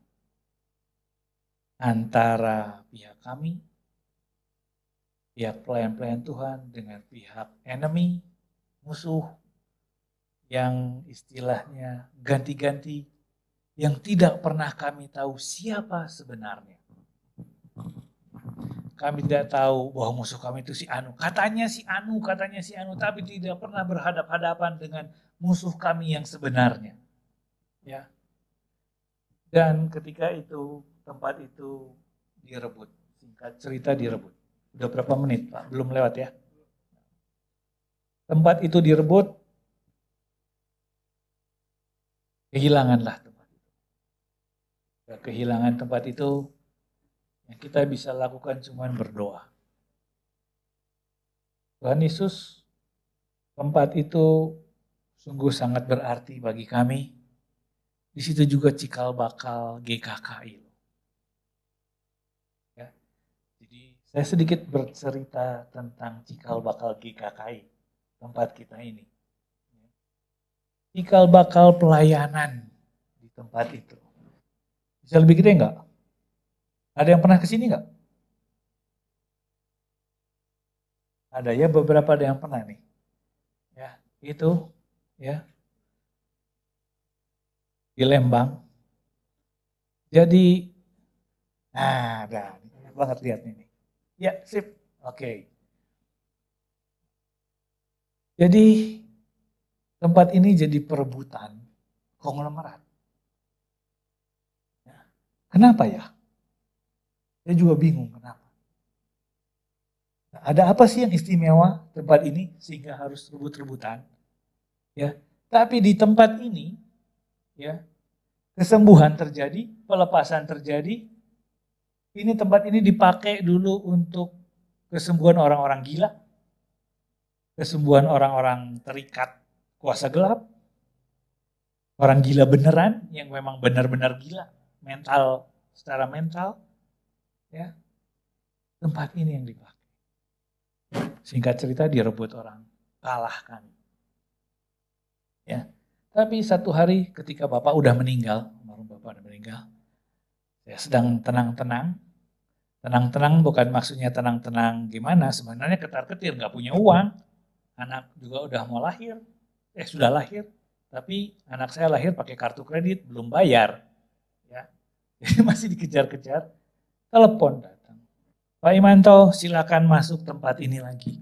antara pihak kami, pihak pelayan-pelayan Tuhan dengan pihak enemy, musuh, yang istilahnya ganti-ganti, yang tidak pernah kami tahu siapa sebenarnya. Kami tidak tahu bahwa musuh kami itu si Anu. Katanya si Anu, tapi tidak pernah berhadap-hadapan dengan musuh kami yang sebenarnya. Ya. Dan ketika itu, tempat itu direbut. Singkat cerita direbut. Udah berapa menit, Pak? Belum lewat ya? Tempat itu direbut, kehilanganlah tempat itu. Kehilangan tempat itu, yang kita bisa lakukan cuma berdoa. Tuhan Yesus, tempat itu sungguh sangat berarti bagi kami. Di situ juga cikal bakal GKKI. Ya. Jadi saya sedikit bercerita tentang cikal bakal GKKI, tempat kita ini. Cikal bakal pelayanan di tempat itu. Bisa lebih gede enggak? Ada yang pernah kesini enggak? Ada ya, beberapa ada yang pernah nih. Ya, itu ya. Di Lembang. Jadi ada banyak banget lihat ini. Ya, sip. Oke. Jadi tempat ini jadi perebutan konglomerat. Ya. Kenapa ya? Saya juga bingung kenapa. Nah, ada apa sih yang istimewa tempat ini sehingga harus rebut-rebutan? Ya, tapi di tempat ini, ya, kesembuhan terjadi, pelepasan terjadi. Ini tempat ini dipakai dulu untuk kesembuhan orang-orang gila, kesembuhan orang-orang terikat kuasa gelap, orang gila beneran yang memang benar-benar gila, mental, secara mental, ya, tempat ini yang dipakai. Singkat cerita direbut orang, kalahkan. Ya, tapi satu hari ketika Bapak udah meninggal, Bapak udah meninggal, saya sedang tenang-tenang. Tenang-tenang bukan maksudnya tenang-tenang gimana, sebenarnya ketar-ketir, nggak punya uang. Anak juga udah mau lahir, sudah lahir. Tapi anak saya lahir pakai kartu kredit, belum bayar. Ya, jadi masih dikejar-kejar. Telepon datang. Pak Imanto, silakan masuk tempat ini lagi.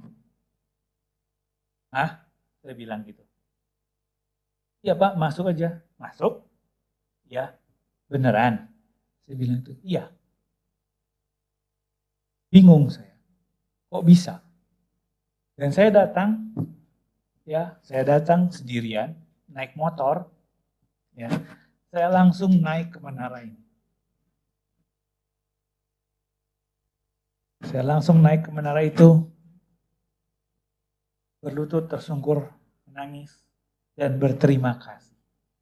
Hah? Saya bilang gitu. Iya Pak, masuk aja. Masuk? Ya, beneran. Saya bilang itu, iya. Bingung saya. Kok bisa? Dan saya datang, ya, saya datang sendirian, naik motor, ya, saya langsung naik ke menara ini. Saya langsung naik ke menara itu, berlutut tersungkur, menangis, dan berterima kasih.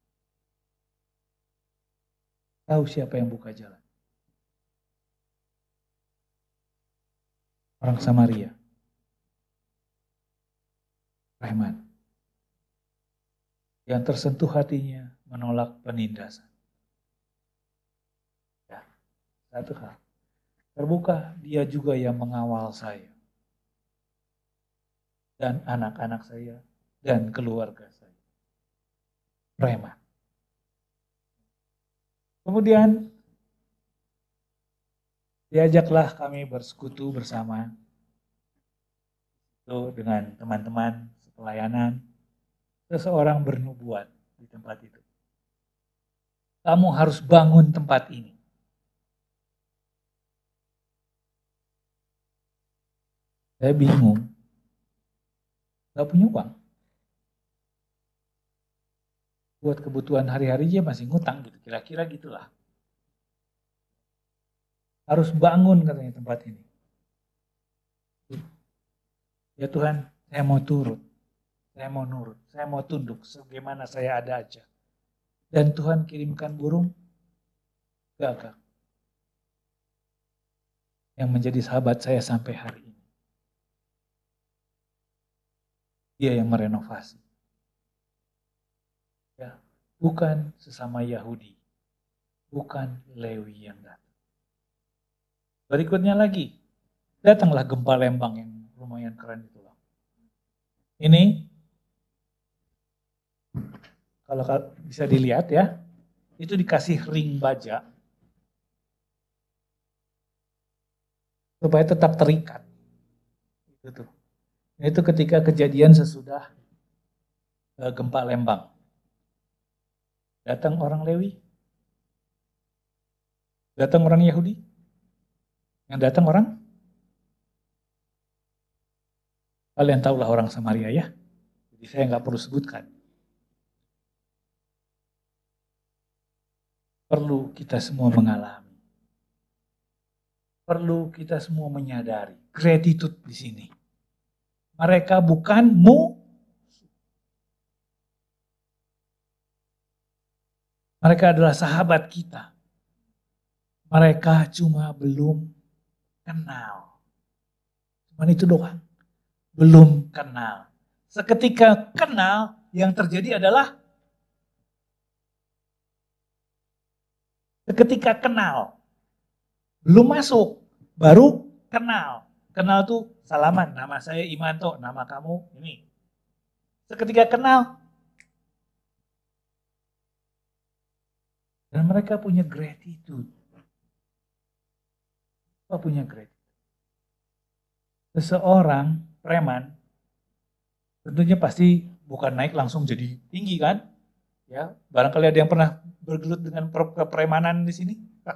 Tahu siapa yang buka jalan? Orang Samaria. Rahman. Yang tersentuh hatinya menolak penindasan. Ya, satu hal. Terbuka, dia juga yang mengawal saya. Dan anak-anak saya, dan keluarga saya. Rahman. Kemudian, diajaklah kami bersekutu bersama itu dengan teman-teman pelayanan. Seseorang bernubuat di tempat itu. Kamu harus bangun tempat ini. Saya bingung. Gak punya uang. Buat kebutuhan hari-hari aja masih ngutang gitu. Kira-kira gitulah. Harus bangun katanya tempat ini. Ya Tuhan, saya mau turut. Saya mau nurut. Saya mau tunduk. Sebagaimana saya ada aja. dan Tuhan kirimkan burung gagak yang menjadi sahabat saya sampai hari ini. Dia yang merenovasi. Ya, bukan sesama Yahudi, bukan Lewi yang datang. Berikutnya lagi, datanglah gempa Lembang yang lumayan keren itu. Ini, kalau bisa dilihat ya, itu dikasih ring baja supaya tetap terikat. Itu ketika kejadian sesudah gempa Lembang. Datang orang Lewi, datang orang Yahudi, yang datang orang, kalian tahulah orang Samaria ya, jadi saya nggak perlu sebutkan. Perlu kita semua mengalami, perlu kita semua menyadari gratitude di sini. Mereka bukan mereka adalah sahabat kita. Mereka cuma belum kenal. Cuman itu doang. Belum kenal. Seketika kenal, yang terjadi adalah seketika kenal. Belum masuk, baru kenal. Kenal tuh salaman, nama saya Imanto, nama kamu ini. Seketika kenal. Dan mereka punya gratitude. Apa punya gratitude? Seseorang preman tentunya pasti bukan naik langsung jadi tinggi kan? Ya, barangkali ada yang pernah bergelut dengan kepremanan di sini.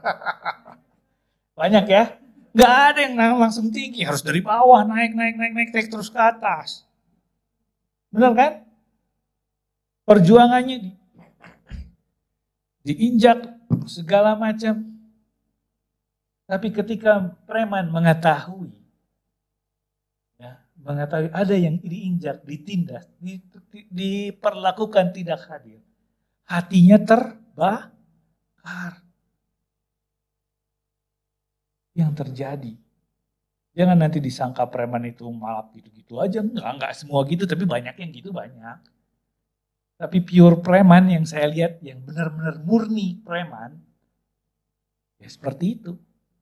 Banyak ya? Nggak ada yang langsung tinggi, harus dari bawah naik terus ke atas. Benar kan? Perjuangannya diinjak segala macam. Tapi ketika preman mengetahui ada yang diinjak, ditindas, diperlakukan tidak hadir, hatinya terbakar. Yang terjadi, jangan nanti disangka preman itu malah gitu-gitu aja, enggak semua gitu, tapi banyak yang gitu, banyak. Tapi pure preman yang saya lihat, yang benar-benar murni preman, ya seperti itu.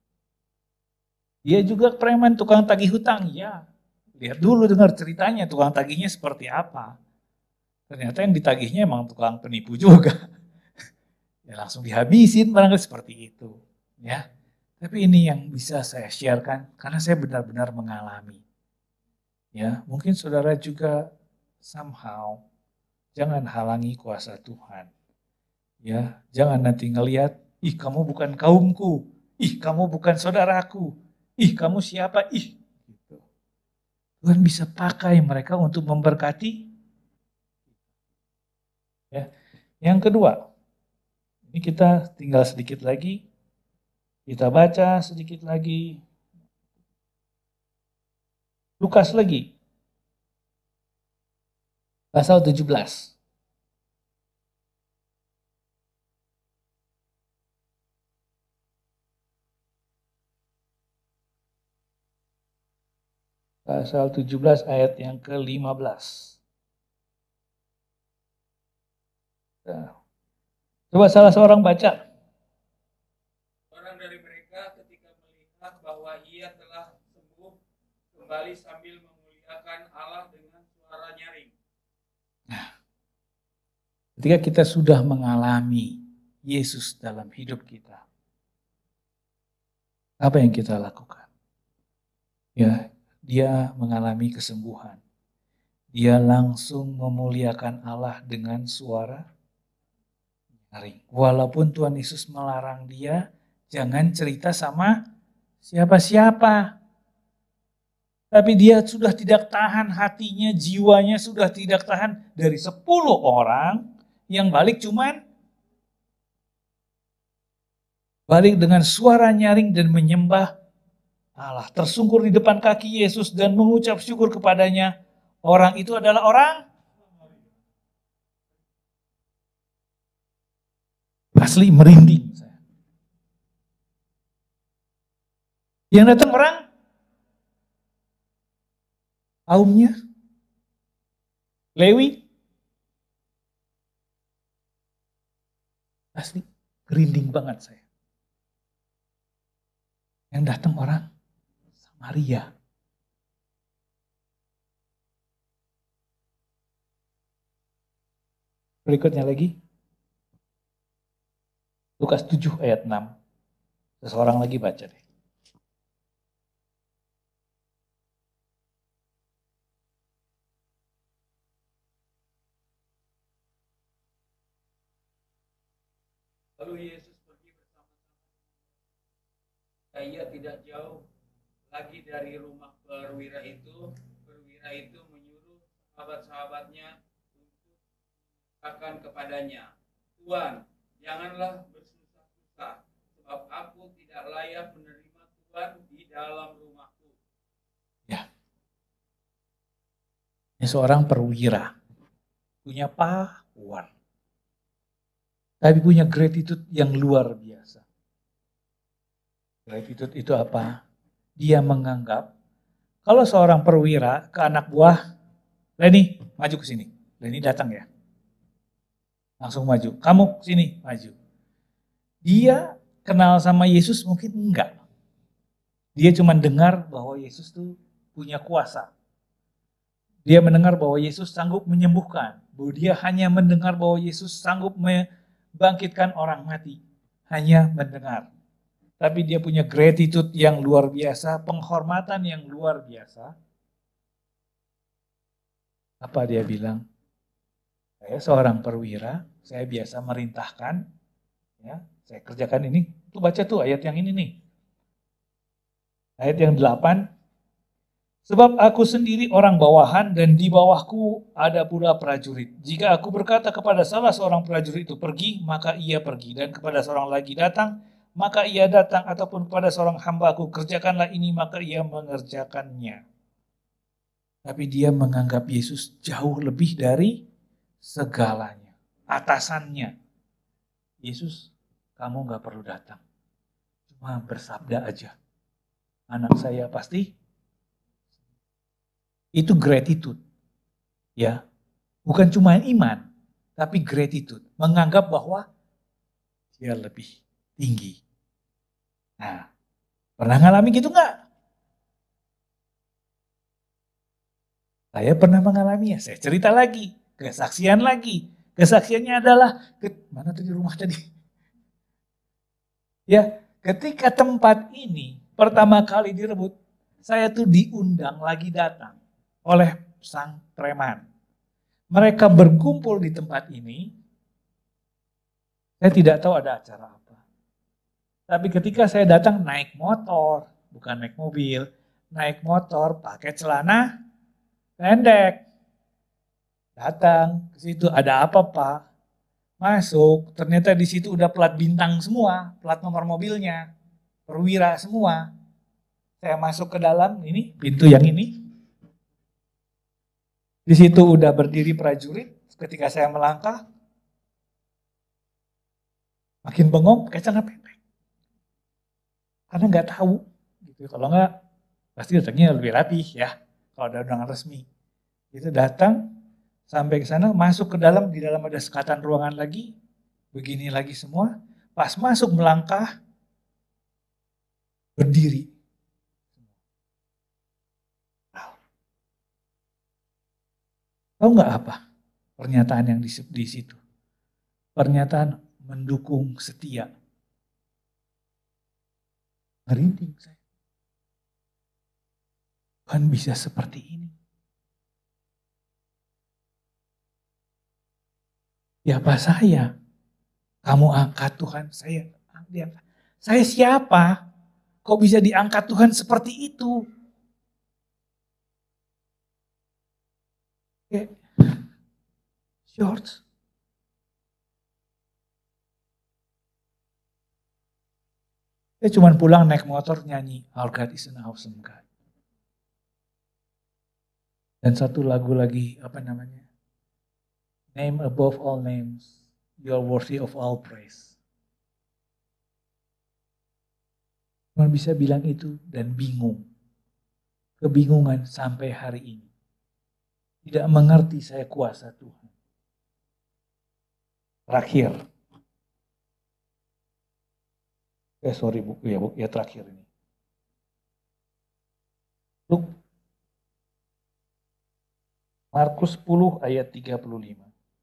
Dia juga preman, tukang tagih hutang, ya. Lihat dulu, dengar ceritanya, tukang tagihnya seperti apa. Ternyata yang ditagihnya emang tukang penipu juga. Ya langsung dihabisin, barangkali seperti itu. Ya. Tapi ini yang bisa saya sharekan, karena saya benar-benar mengalami. Ya, mungkin saudara juga somehow, jangan halangi kuasa Tuhan. Ya, jangan nanti ngelihat, ih kamu bukan kaumku, ih kamu bukan saudaraku, ih kamu siapa, ih. Gitu. Tuhan bisa pakai mereka untuk memberkati. Ya. Yang kedua, ini kita tinggal sedikit lagi, kita baca sedikit lagi. Lukas lagi, pasal 17. Pasal 17 ayat yang ke-15. Nah, coba salah seorang baca. Orang dari mereka ketika melihat bahwa ia telah sembuh kembali sambil memuliakan Allah dengan suara nyaring. Nah, ketika kita sudah mengalami Yesus dalam hidup kita, apa yang kita lakukan? Ya, dia mengalami kesembuhan. Dia langsung memuliakan Allah dengan suara nyaring. Walaupun Tuhan Yesus melarang dia, jangan cerita sama siapa-siapa. Tapi dia sudah tidak tahan hatinya, jiwanya sudah tidak tahan. Dari 10 orang yang balik cuman balik dengan suara nyaring dan menyembah Allah. Tersungkur di depan kaki Yesus dan mengucap syukur kepadanya. Orang itu adalah orang Asli merinding saya. Yang datang orang, kaumnya, Lewi, asli merinding banget saya. Yang datang orang, Samaria. Berikutnya lagi, Lukas 7 ayat 6. Seseorang lagi baca deh. Lalu Yesus pergi bersama-sama. Ia tidak jauh lagi dari rumah perwira itu. Perwira itu menyuruh sahabat-sahabatnya untuk mengatakan kepadanya, Tuan, janganlah bersusah-susah, sebab aku tidak layak menerima Tuhan di dalam rumahku. Ya. Ini seorang perwira, punya pahlawan, tapi punya gratitude yang luar biasa. Gratitude itu apa? Dia menganggap kalau seorang perwira ke anak buah, Leni maju ke sini. Leni datang ya. Langsung maju. Kamu sini, maju. Dia kenal sama Yesus mungkin enggak. Dia cuma dengar bahwa Yesus tuh punya kuasa. Dia mendengar bahwa Yesus sanggup menyembuhkan. Bahwa dia hanya mendengar bahwa Yesus sanggup membangkitkan orang mati. Hanya mendengar. Tapi dia punya gratitude yang luar biasa, penghormatan yang luar biasa. Apa dia bilang? Saya seorang perwira, saya biasa merintahkan, ya, saya kerjakan ini. Tuh baca tuh ayat yang ini nih. Ayat yang 8. Sebab aku sendiri orang bawahan dan di bawahku ada pula prajurit. Jika aku berkata kepada salah seorang prajurit itu pergi, maka ia pergi. Dan kepada seorang lagi datang, maka ia datang. Ataupun kepada seorang hambaku, kerjakanlah ini, maka ia mengerjakannya. Tapi dia menganggap Yesus jauh lebih dari segalanya, atasannya. Yesus, kamu gak perlu datang. Cuma bersabda aja. Anak saya pasti. Itu gratitude. Ya. Bukan cuma iman, tapi gratitude. Menganggap bahwa dia lebih tinggi. Nah, pernah ngalami gitu gak? Saya pernah mengalaminya. Saya cerita lagi. Kesaksian lagi. Kesaksiannya adalah, mana tadi rumah tadi? Ya, ketika tempat ini pertama kali direbut, saya tuh diundang lagi datang oleh sang preman. Mereka berkumpul di tempat ini, saya tidak tahu ada acara apa. Tapi ketika saya datang naik motor, bukan naik mobil, naik motor pakai celana pendek. Datang ke situ, ada apa Pak? Masuk, ternyata di situ udah plat bintang semua, plat nomor mobilnya, perwira semua. Saya masuk ke dalam, ini pintu yang ini. Di situ udah berdiri prajurit, ketika saya melangkah, makin bengong, pakai celana pendek. Karena nggak tahu, gitu. Kalau nggak, pasti datangnya lebih rapih ya, kalau ada undangan resmi. Itu datang, sampai ke sana, masuk ke dalam, di dalam ada sekatan ruangan lagi, begini lagi semua. Pas masuk melangkah, berdiri. Tahu nggak apa pernyataan yang di situ? Pernyataan mendukung setia. Merinding saya. Tuhan bisa seperti ini. Siapa saya? Kamu angkat Tuhan, saya diangkat. Saya siapa? Kok bisa diangkat Tuhan seperti itu? Oke. Short. Saya cuma pulang naik motor nyanyi Our God is an awesome God. Dan satu lagu lagi, apa namanya? Name above all names, you are worthy of all praise. Cuma bisa bilang itu dan bingung. Kebingungan sampai hari ini. Tidak mengerti saya kuasa Tuhan. Terakhir. Sorry Bu, ya terakhir ini. Markus 10 ayat 35.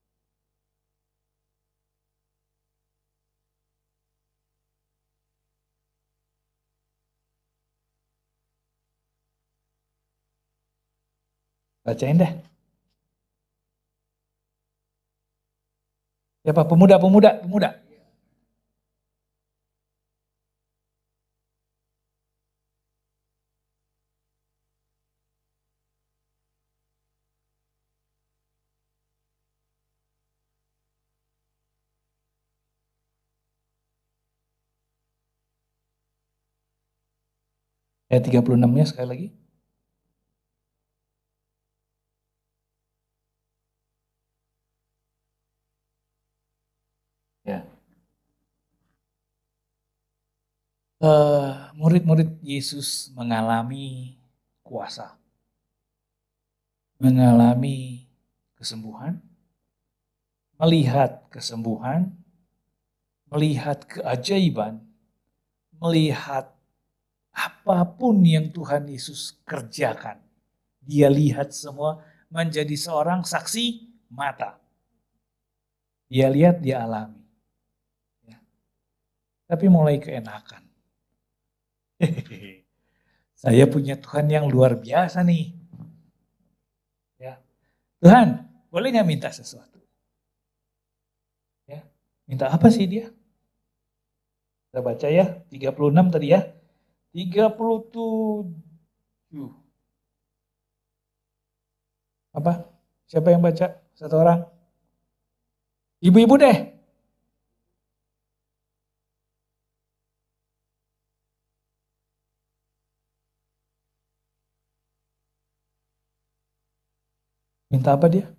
Bacain deh. Siapa? Pemuda. Ayat 36-nya sekali lagi. Ya. Murid-murid Yesus mengalami kuasa, mengalami kesembuhan, melihat kesembuhan, melihat keajaiban, melihat apapun yang Tuhan Yesus kerjakan. Dia lihat semua menjadi seorang saksi mata. Dia lihat, dia alami. Ya. Tapi mulai keenakan. Saya punya Tuhan yang luar biasa nih. Ya. Tuhan, boleh nggak minta sesuatu? Ya. Minta apa sih dia? Kita baca ya, 36 tadi ya. 37. Apa? Siapa yang baca? Satu orang? Ibu-ibu deh. Minta apa dia?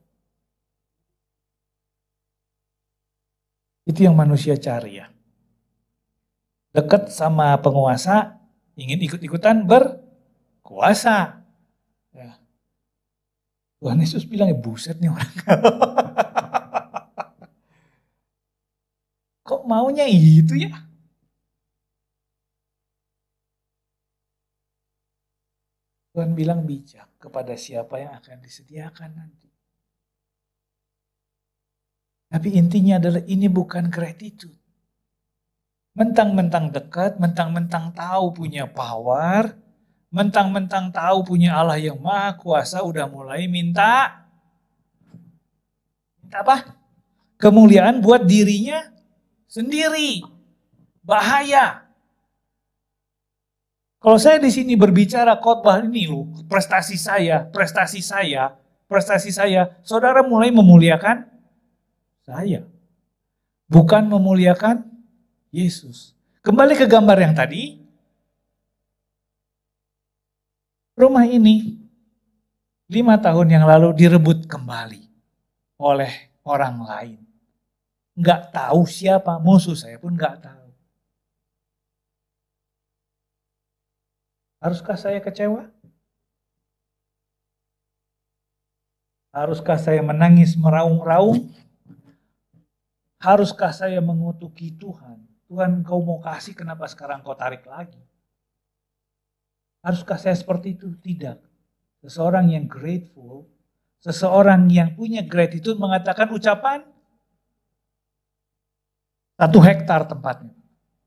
Itu yang manusia cari ya. Dekat sama penguasa, ingin ikut-ikutan berkuasa. Ya. Tuhan Yesus bilang, buset nih orang. Kok maunya itu ya? Tuhan bilang bijak kepada siapa yang akan disediakan nanti. Tapi intinya adalah ini bukan gratitude. Mentang-mentang dekat, mentang-mentang tahu punya power, mentang-mentang tahu punya Allah yang maha kuasa, udah mulai minta apa? Kemuliaan buat dirinya sendiri. Bahaya. Kalau saya di sini berbicara khotbah ini loh, prestasi saya, saudara mulai memuliakan saya. Bukan memuliakan Yesus. Kembali ke gambar yang tadi. Rumah ini 5 tahun yang lalu direbut kembali oleh orang lain. Nggak tahu siapa, musuh saya pun nggak tahu. Haruskah saya kecewa? Haruskah saya menangis meraung-raung? Haruskah saya mengutuki Tuhan? Tuhan, kau mau kasih, kenapa sekarang kau tarik lagi? Haruskah saya seperti itu? Tidak. Seseorang yang grateful, seseorang yang punya gratitude mengatakan ucapan 1 hektar tempatnya.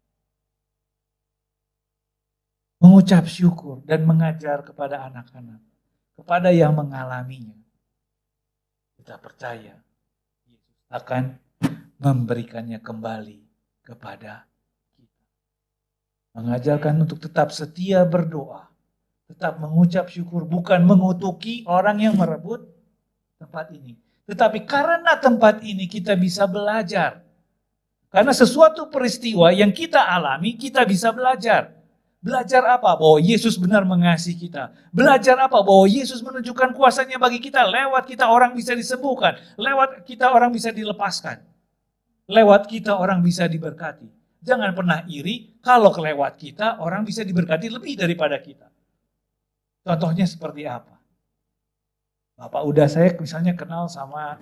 Mengucap syukur dan mengajar kepada anak-anak, kepada yang mengalaminya. Kita percaya Yesus akan memberikannya kembali kepada kita. Mengajarkan untuk tetap setia berdoa, tetap mengucap syukur, bukan mengutuki orang yang merebut tempat ini. Tetapi karena tempat ini kita bisa belajar. Karena sesuatu peristiwa yang kita alami, kita bisa belajar. Belajar apa? Bahwa Yesus benar mengasihi kita. Belajar apa? Bahwa Yesus menunjukkan kuasanya bagi kita. Lewat kita orang bisa disembuhkan. Lewat kita orang bisa dilepaskan. Lewat kita orang bisa diberkati. Jangan pernah iri kalau kelewat kita orang bisa diberkati lebih daripada kita. Contohnya seperti apa? Bapak udah saya misalnya kenal sama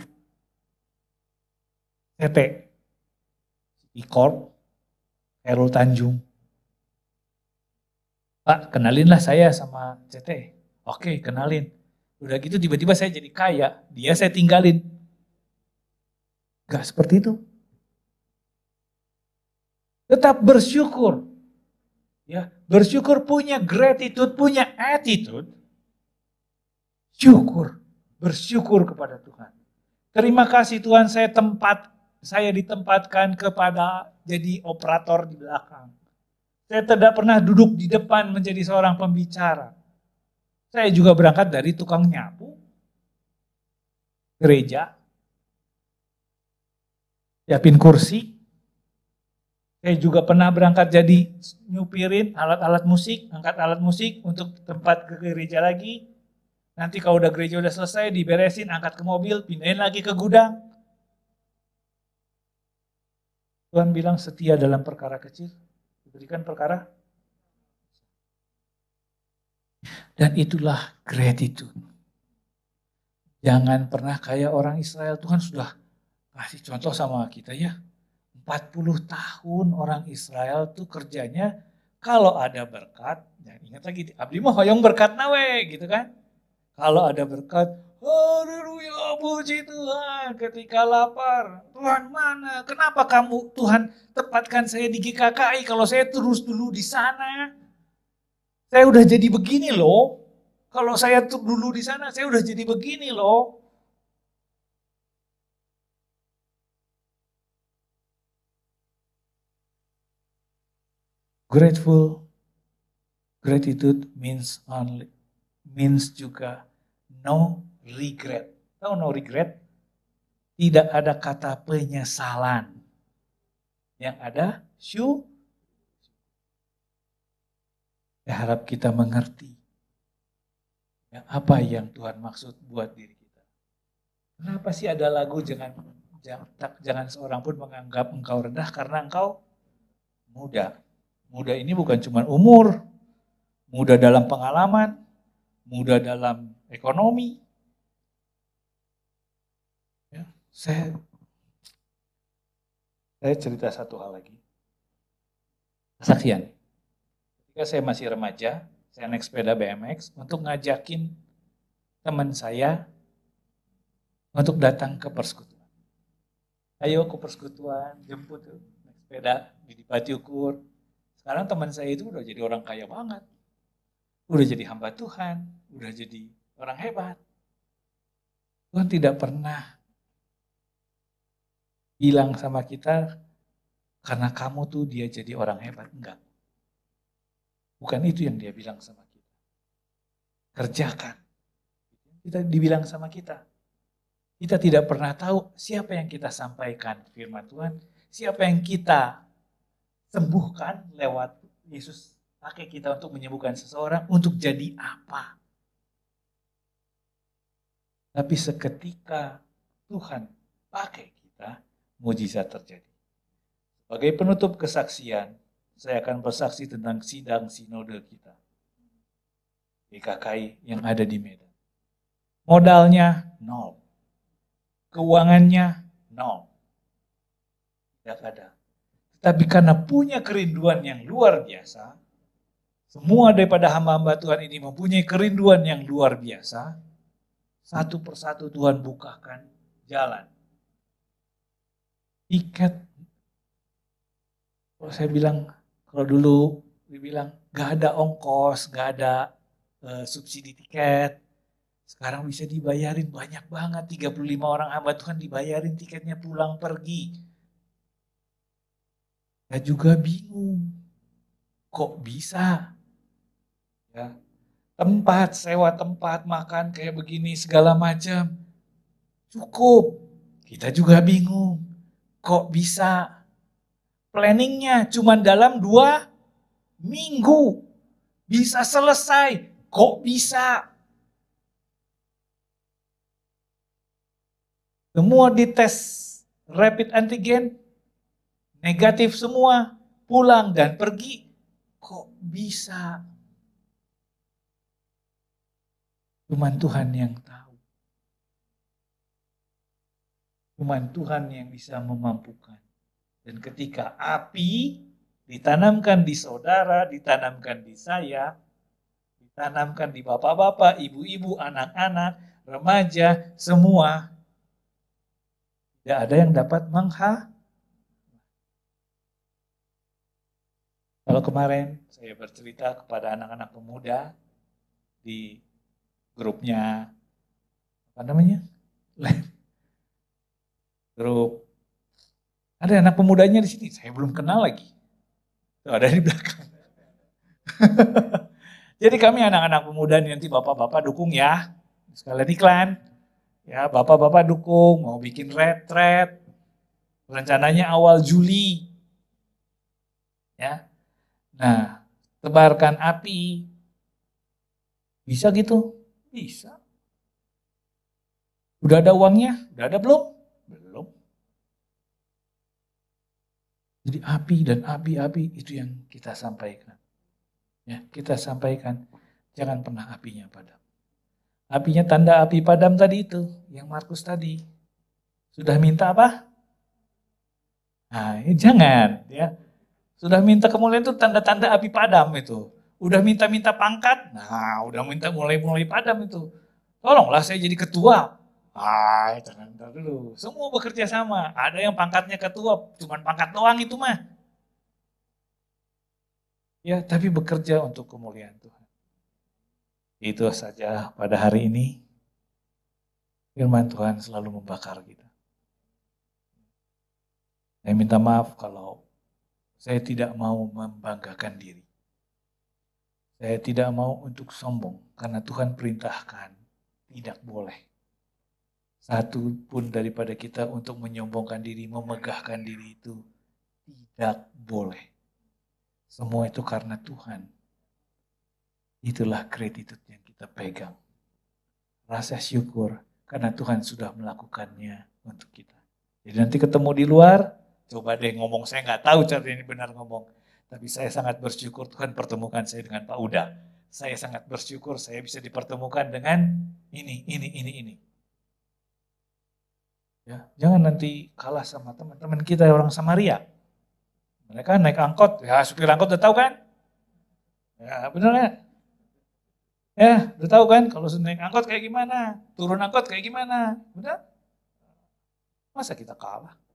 CT, Corp, Khairul Tanjung. Pak, kenalinlah saya sama CT. Oke, kenalin. Udah gitu tiba-tiba saya jadi kaya, dia saya tinggalin. Gak seperti itu. Tetap bersyukur. Ya, bersyukur, punya gratitude, punya attitude. Syukur, bersyukur kepada Tuhan. Terima kasih Tuhan, saya ditempatkan kepada jadi operator di belakang. Saya tidak pernah duduk di depan menjadi seorang pembicara. Saya juga berangkat dari tukang nyapu gereja, siapin kursi. Saya juga pernah berangkat jadi nyupirin alat-alat musik, angkat alat musik untuk tempat ke gereja lagi. Nanti kalau udah gereja udah selesai, diberesin, angkat ke mobil, pindahin lagi ke gudang. Tuhan bilang setia dalam perkara kecil, diberikan perkara. Dan itulah gratitude. Jangan pernah kayak orang Israel, Tuhan sudah kasih contoh sama kita ya. 40 tahun orang Israel tuh kerjanya kalau ada berkat, ya ingat lagi, abdi mah hoyong berkat nawe gitu kan. Kalau ada berkat, haleluya puji Tuhan. Ketika lapar, Tuhan mana? Kenapa kamu Tuhan tempatkan saya di GKKI kalau saya terus dulu di sana? Saya udah jadi begini loh. Kalau saya tuh dulu di sana, saya udah jadi begini loh. Gratitude means juga no regret. Tahu no regret? Tidak ada kata penyesalan. Yang ada syukur. Saya harap kita mengerti ya, apa yang Tuhan maksud buat diri kita. Kenapa sih ada lagu jangan seorang pun menganggap engkau rendah karena engkau muda. Muda ini bukan cuma umur, muda dalam pengalaman, muda dalam ekonomi. Ya, saya cerita satu hal lagi. Kesaksian. Ketika saya masih remaja, saya naik sepeda BMX untuk ngajakin teman saya untuk datang ke persekutuan. Ayo ke persekutuan, jemput naik sepeda di Pati Ukur. Sekarang teman saya itu udah jadi orang kaya banget. Udah jadi hamba Tuhan, udah jadi orang hebat. Tuhan tidak pernah bilang sama kita, karena kamu tuh dia jadi orang hebat. Enggak. Bukan itu yang dia bilang sama kita. Kerjakan. Kita dibilang sama kita. Kita tidak pernah tahu siapa yang kita sampaikan firman Tuhan, siapa yang kita sembuhkan lewat Yesus pakai kita untuk menyembuhkan seseorang, untuk jadi apa. Tapi seketika Tuhan pakai kita, mujizat terjadi. Sebagai penutup kesaksian, saya akan bersaksi tentang sidang sinode kita. GKKI yang ada di Medan. Modalnya 0. Keuangannya 0. Tidak ada. Tapi karena punya kerinduan yang luar biasa, semua daripada hamba-hamba Tuhan ini mempunyai kerinduan yang luar biasa, satu persatu Tuhan bukakan jalan. Tiket, kalau saya bilang, kalau dulu dibilang gak ada ongkos, gak ada subsidi tiket, sekarang bisa dibayarin banyak banget, 35 orang hamba Tuhan dibayarin tiketnya pulang pergi. Saya juga bingung, kok bisa? Ya, sewa tempat, makan kayak begini segala macam, cukup. Kita juga bingung, kok bisa? Planningnya cuma dalam 2 minggu bisa selesai, kok bisa? Semua dites rapid antigen, negatif semua. pulang dan pergi, kok bisa? Cuman Tuhan yang tahu. Cuman Tuhan yang bisa memampukan. Dan ketika api ditanamkan di saudara, ditanamkan di saya, ditanamkan di bapak-bapak, ibu-ibu, anak-anak, remaja, semua, tidak ada yang dapat Kalau kemarin saya bercerita kepada anak-anak pemuda di grupnya, apa namanya? Grup. Ada anak pemudanya di sini, saya belum kenal lagi. Tuh, ada di belakang. Jadi kami anak-anak pemuda nanti bapak-bapak dukung ya. Sekalian iklan. Ya, bapak-bapak dukung, mau bikin retret. Rencananya awal Juli. Ya. Nah, tebarkan api. Bisa gitu? Bisa. Udah ada uangnya? Udah ada belum? Belum. Jadi api dan api-api itu yang kita sampaikan. Ya, kita sampaikan, jangan pernah apinya padam. Apinya tanda api padam tadi itu, yang Markus tadi. Sudah minta apa? Nah, jangan ya. Sudah minta kemuliaan itu tanda-tanda api padam itu. Udah minta-minta pangkat, nah udah minta mulai padam itu. Tolonglah saya jadi ketua. Jangan dulu. Semua bekerja sama. Ada yang pangkatnya ketua, cuman pangkat doang itu mah. Ya, tapi bekerja untuk kemuliaan Tuhan. Itu saja pada hari ini. Firman Tuhan selalu membakar kita. Saya minta maaf kalau saya tidak mau membanggakan diri. Saya tidak mau untuk sombong karena Tuhan perintahkan tidak boleh. Satu pun daripada kita untuk menyombongkan diri, memegahkan diri itu tidak boleh. Semua itu karena Tuhan. Itulah gratitude yang kita pegang. Rasa syukur karena Tuhan sudah melakukannya untuk kita. Jadi nanti ketemu di luar, coba deh ngomong, saya nggak tahu cara ini benar ngomong. Tapi saya sangat bersyukur Tuhan pertemukan saya dengan Pak Uda. Saya sangat bersyukur saya bisa dipertemukan dengan ini. Ya, jangan nanti kalah sama teman-teman kita orang Samaria. Mereka naik angkot, ya supir angkot udah tahu kan? Ya benar ya? Ya, udah tahu kan kalau naik angkot kayak gimana, turun angkot kayak gimana, benar? Masa kita kalah?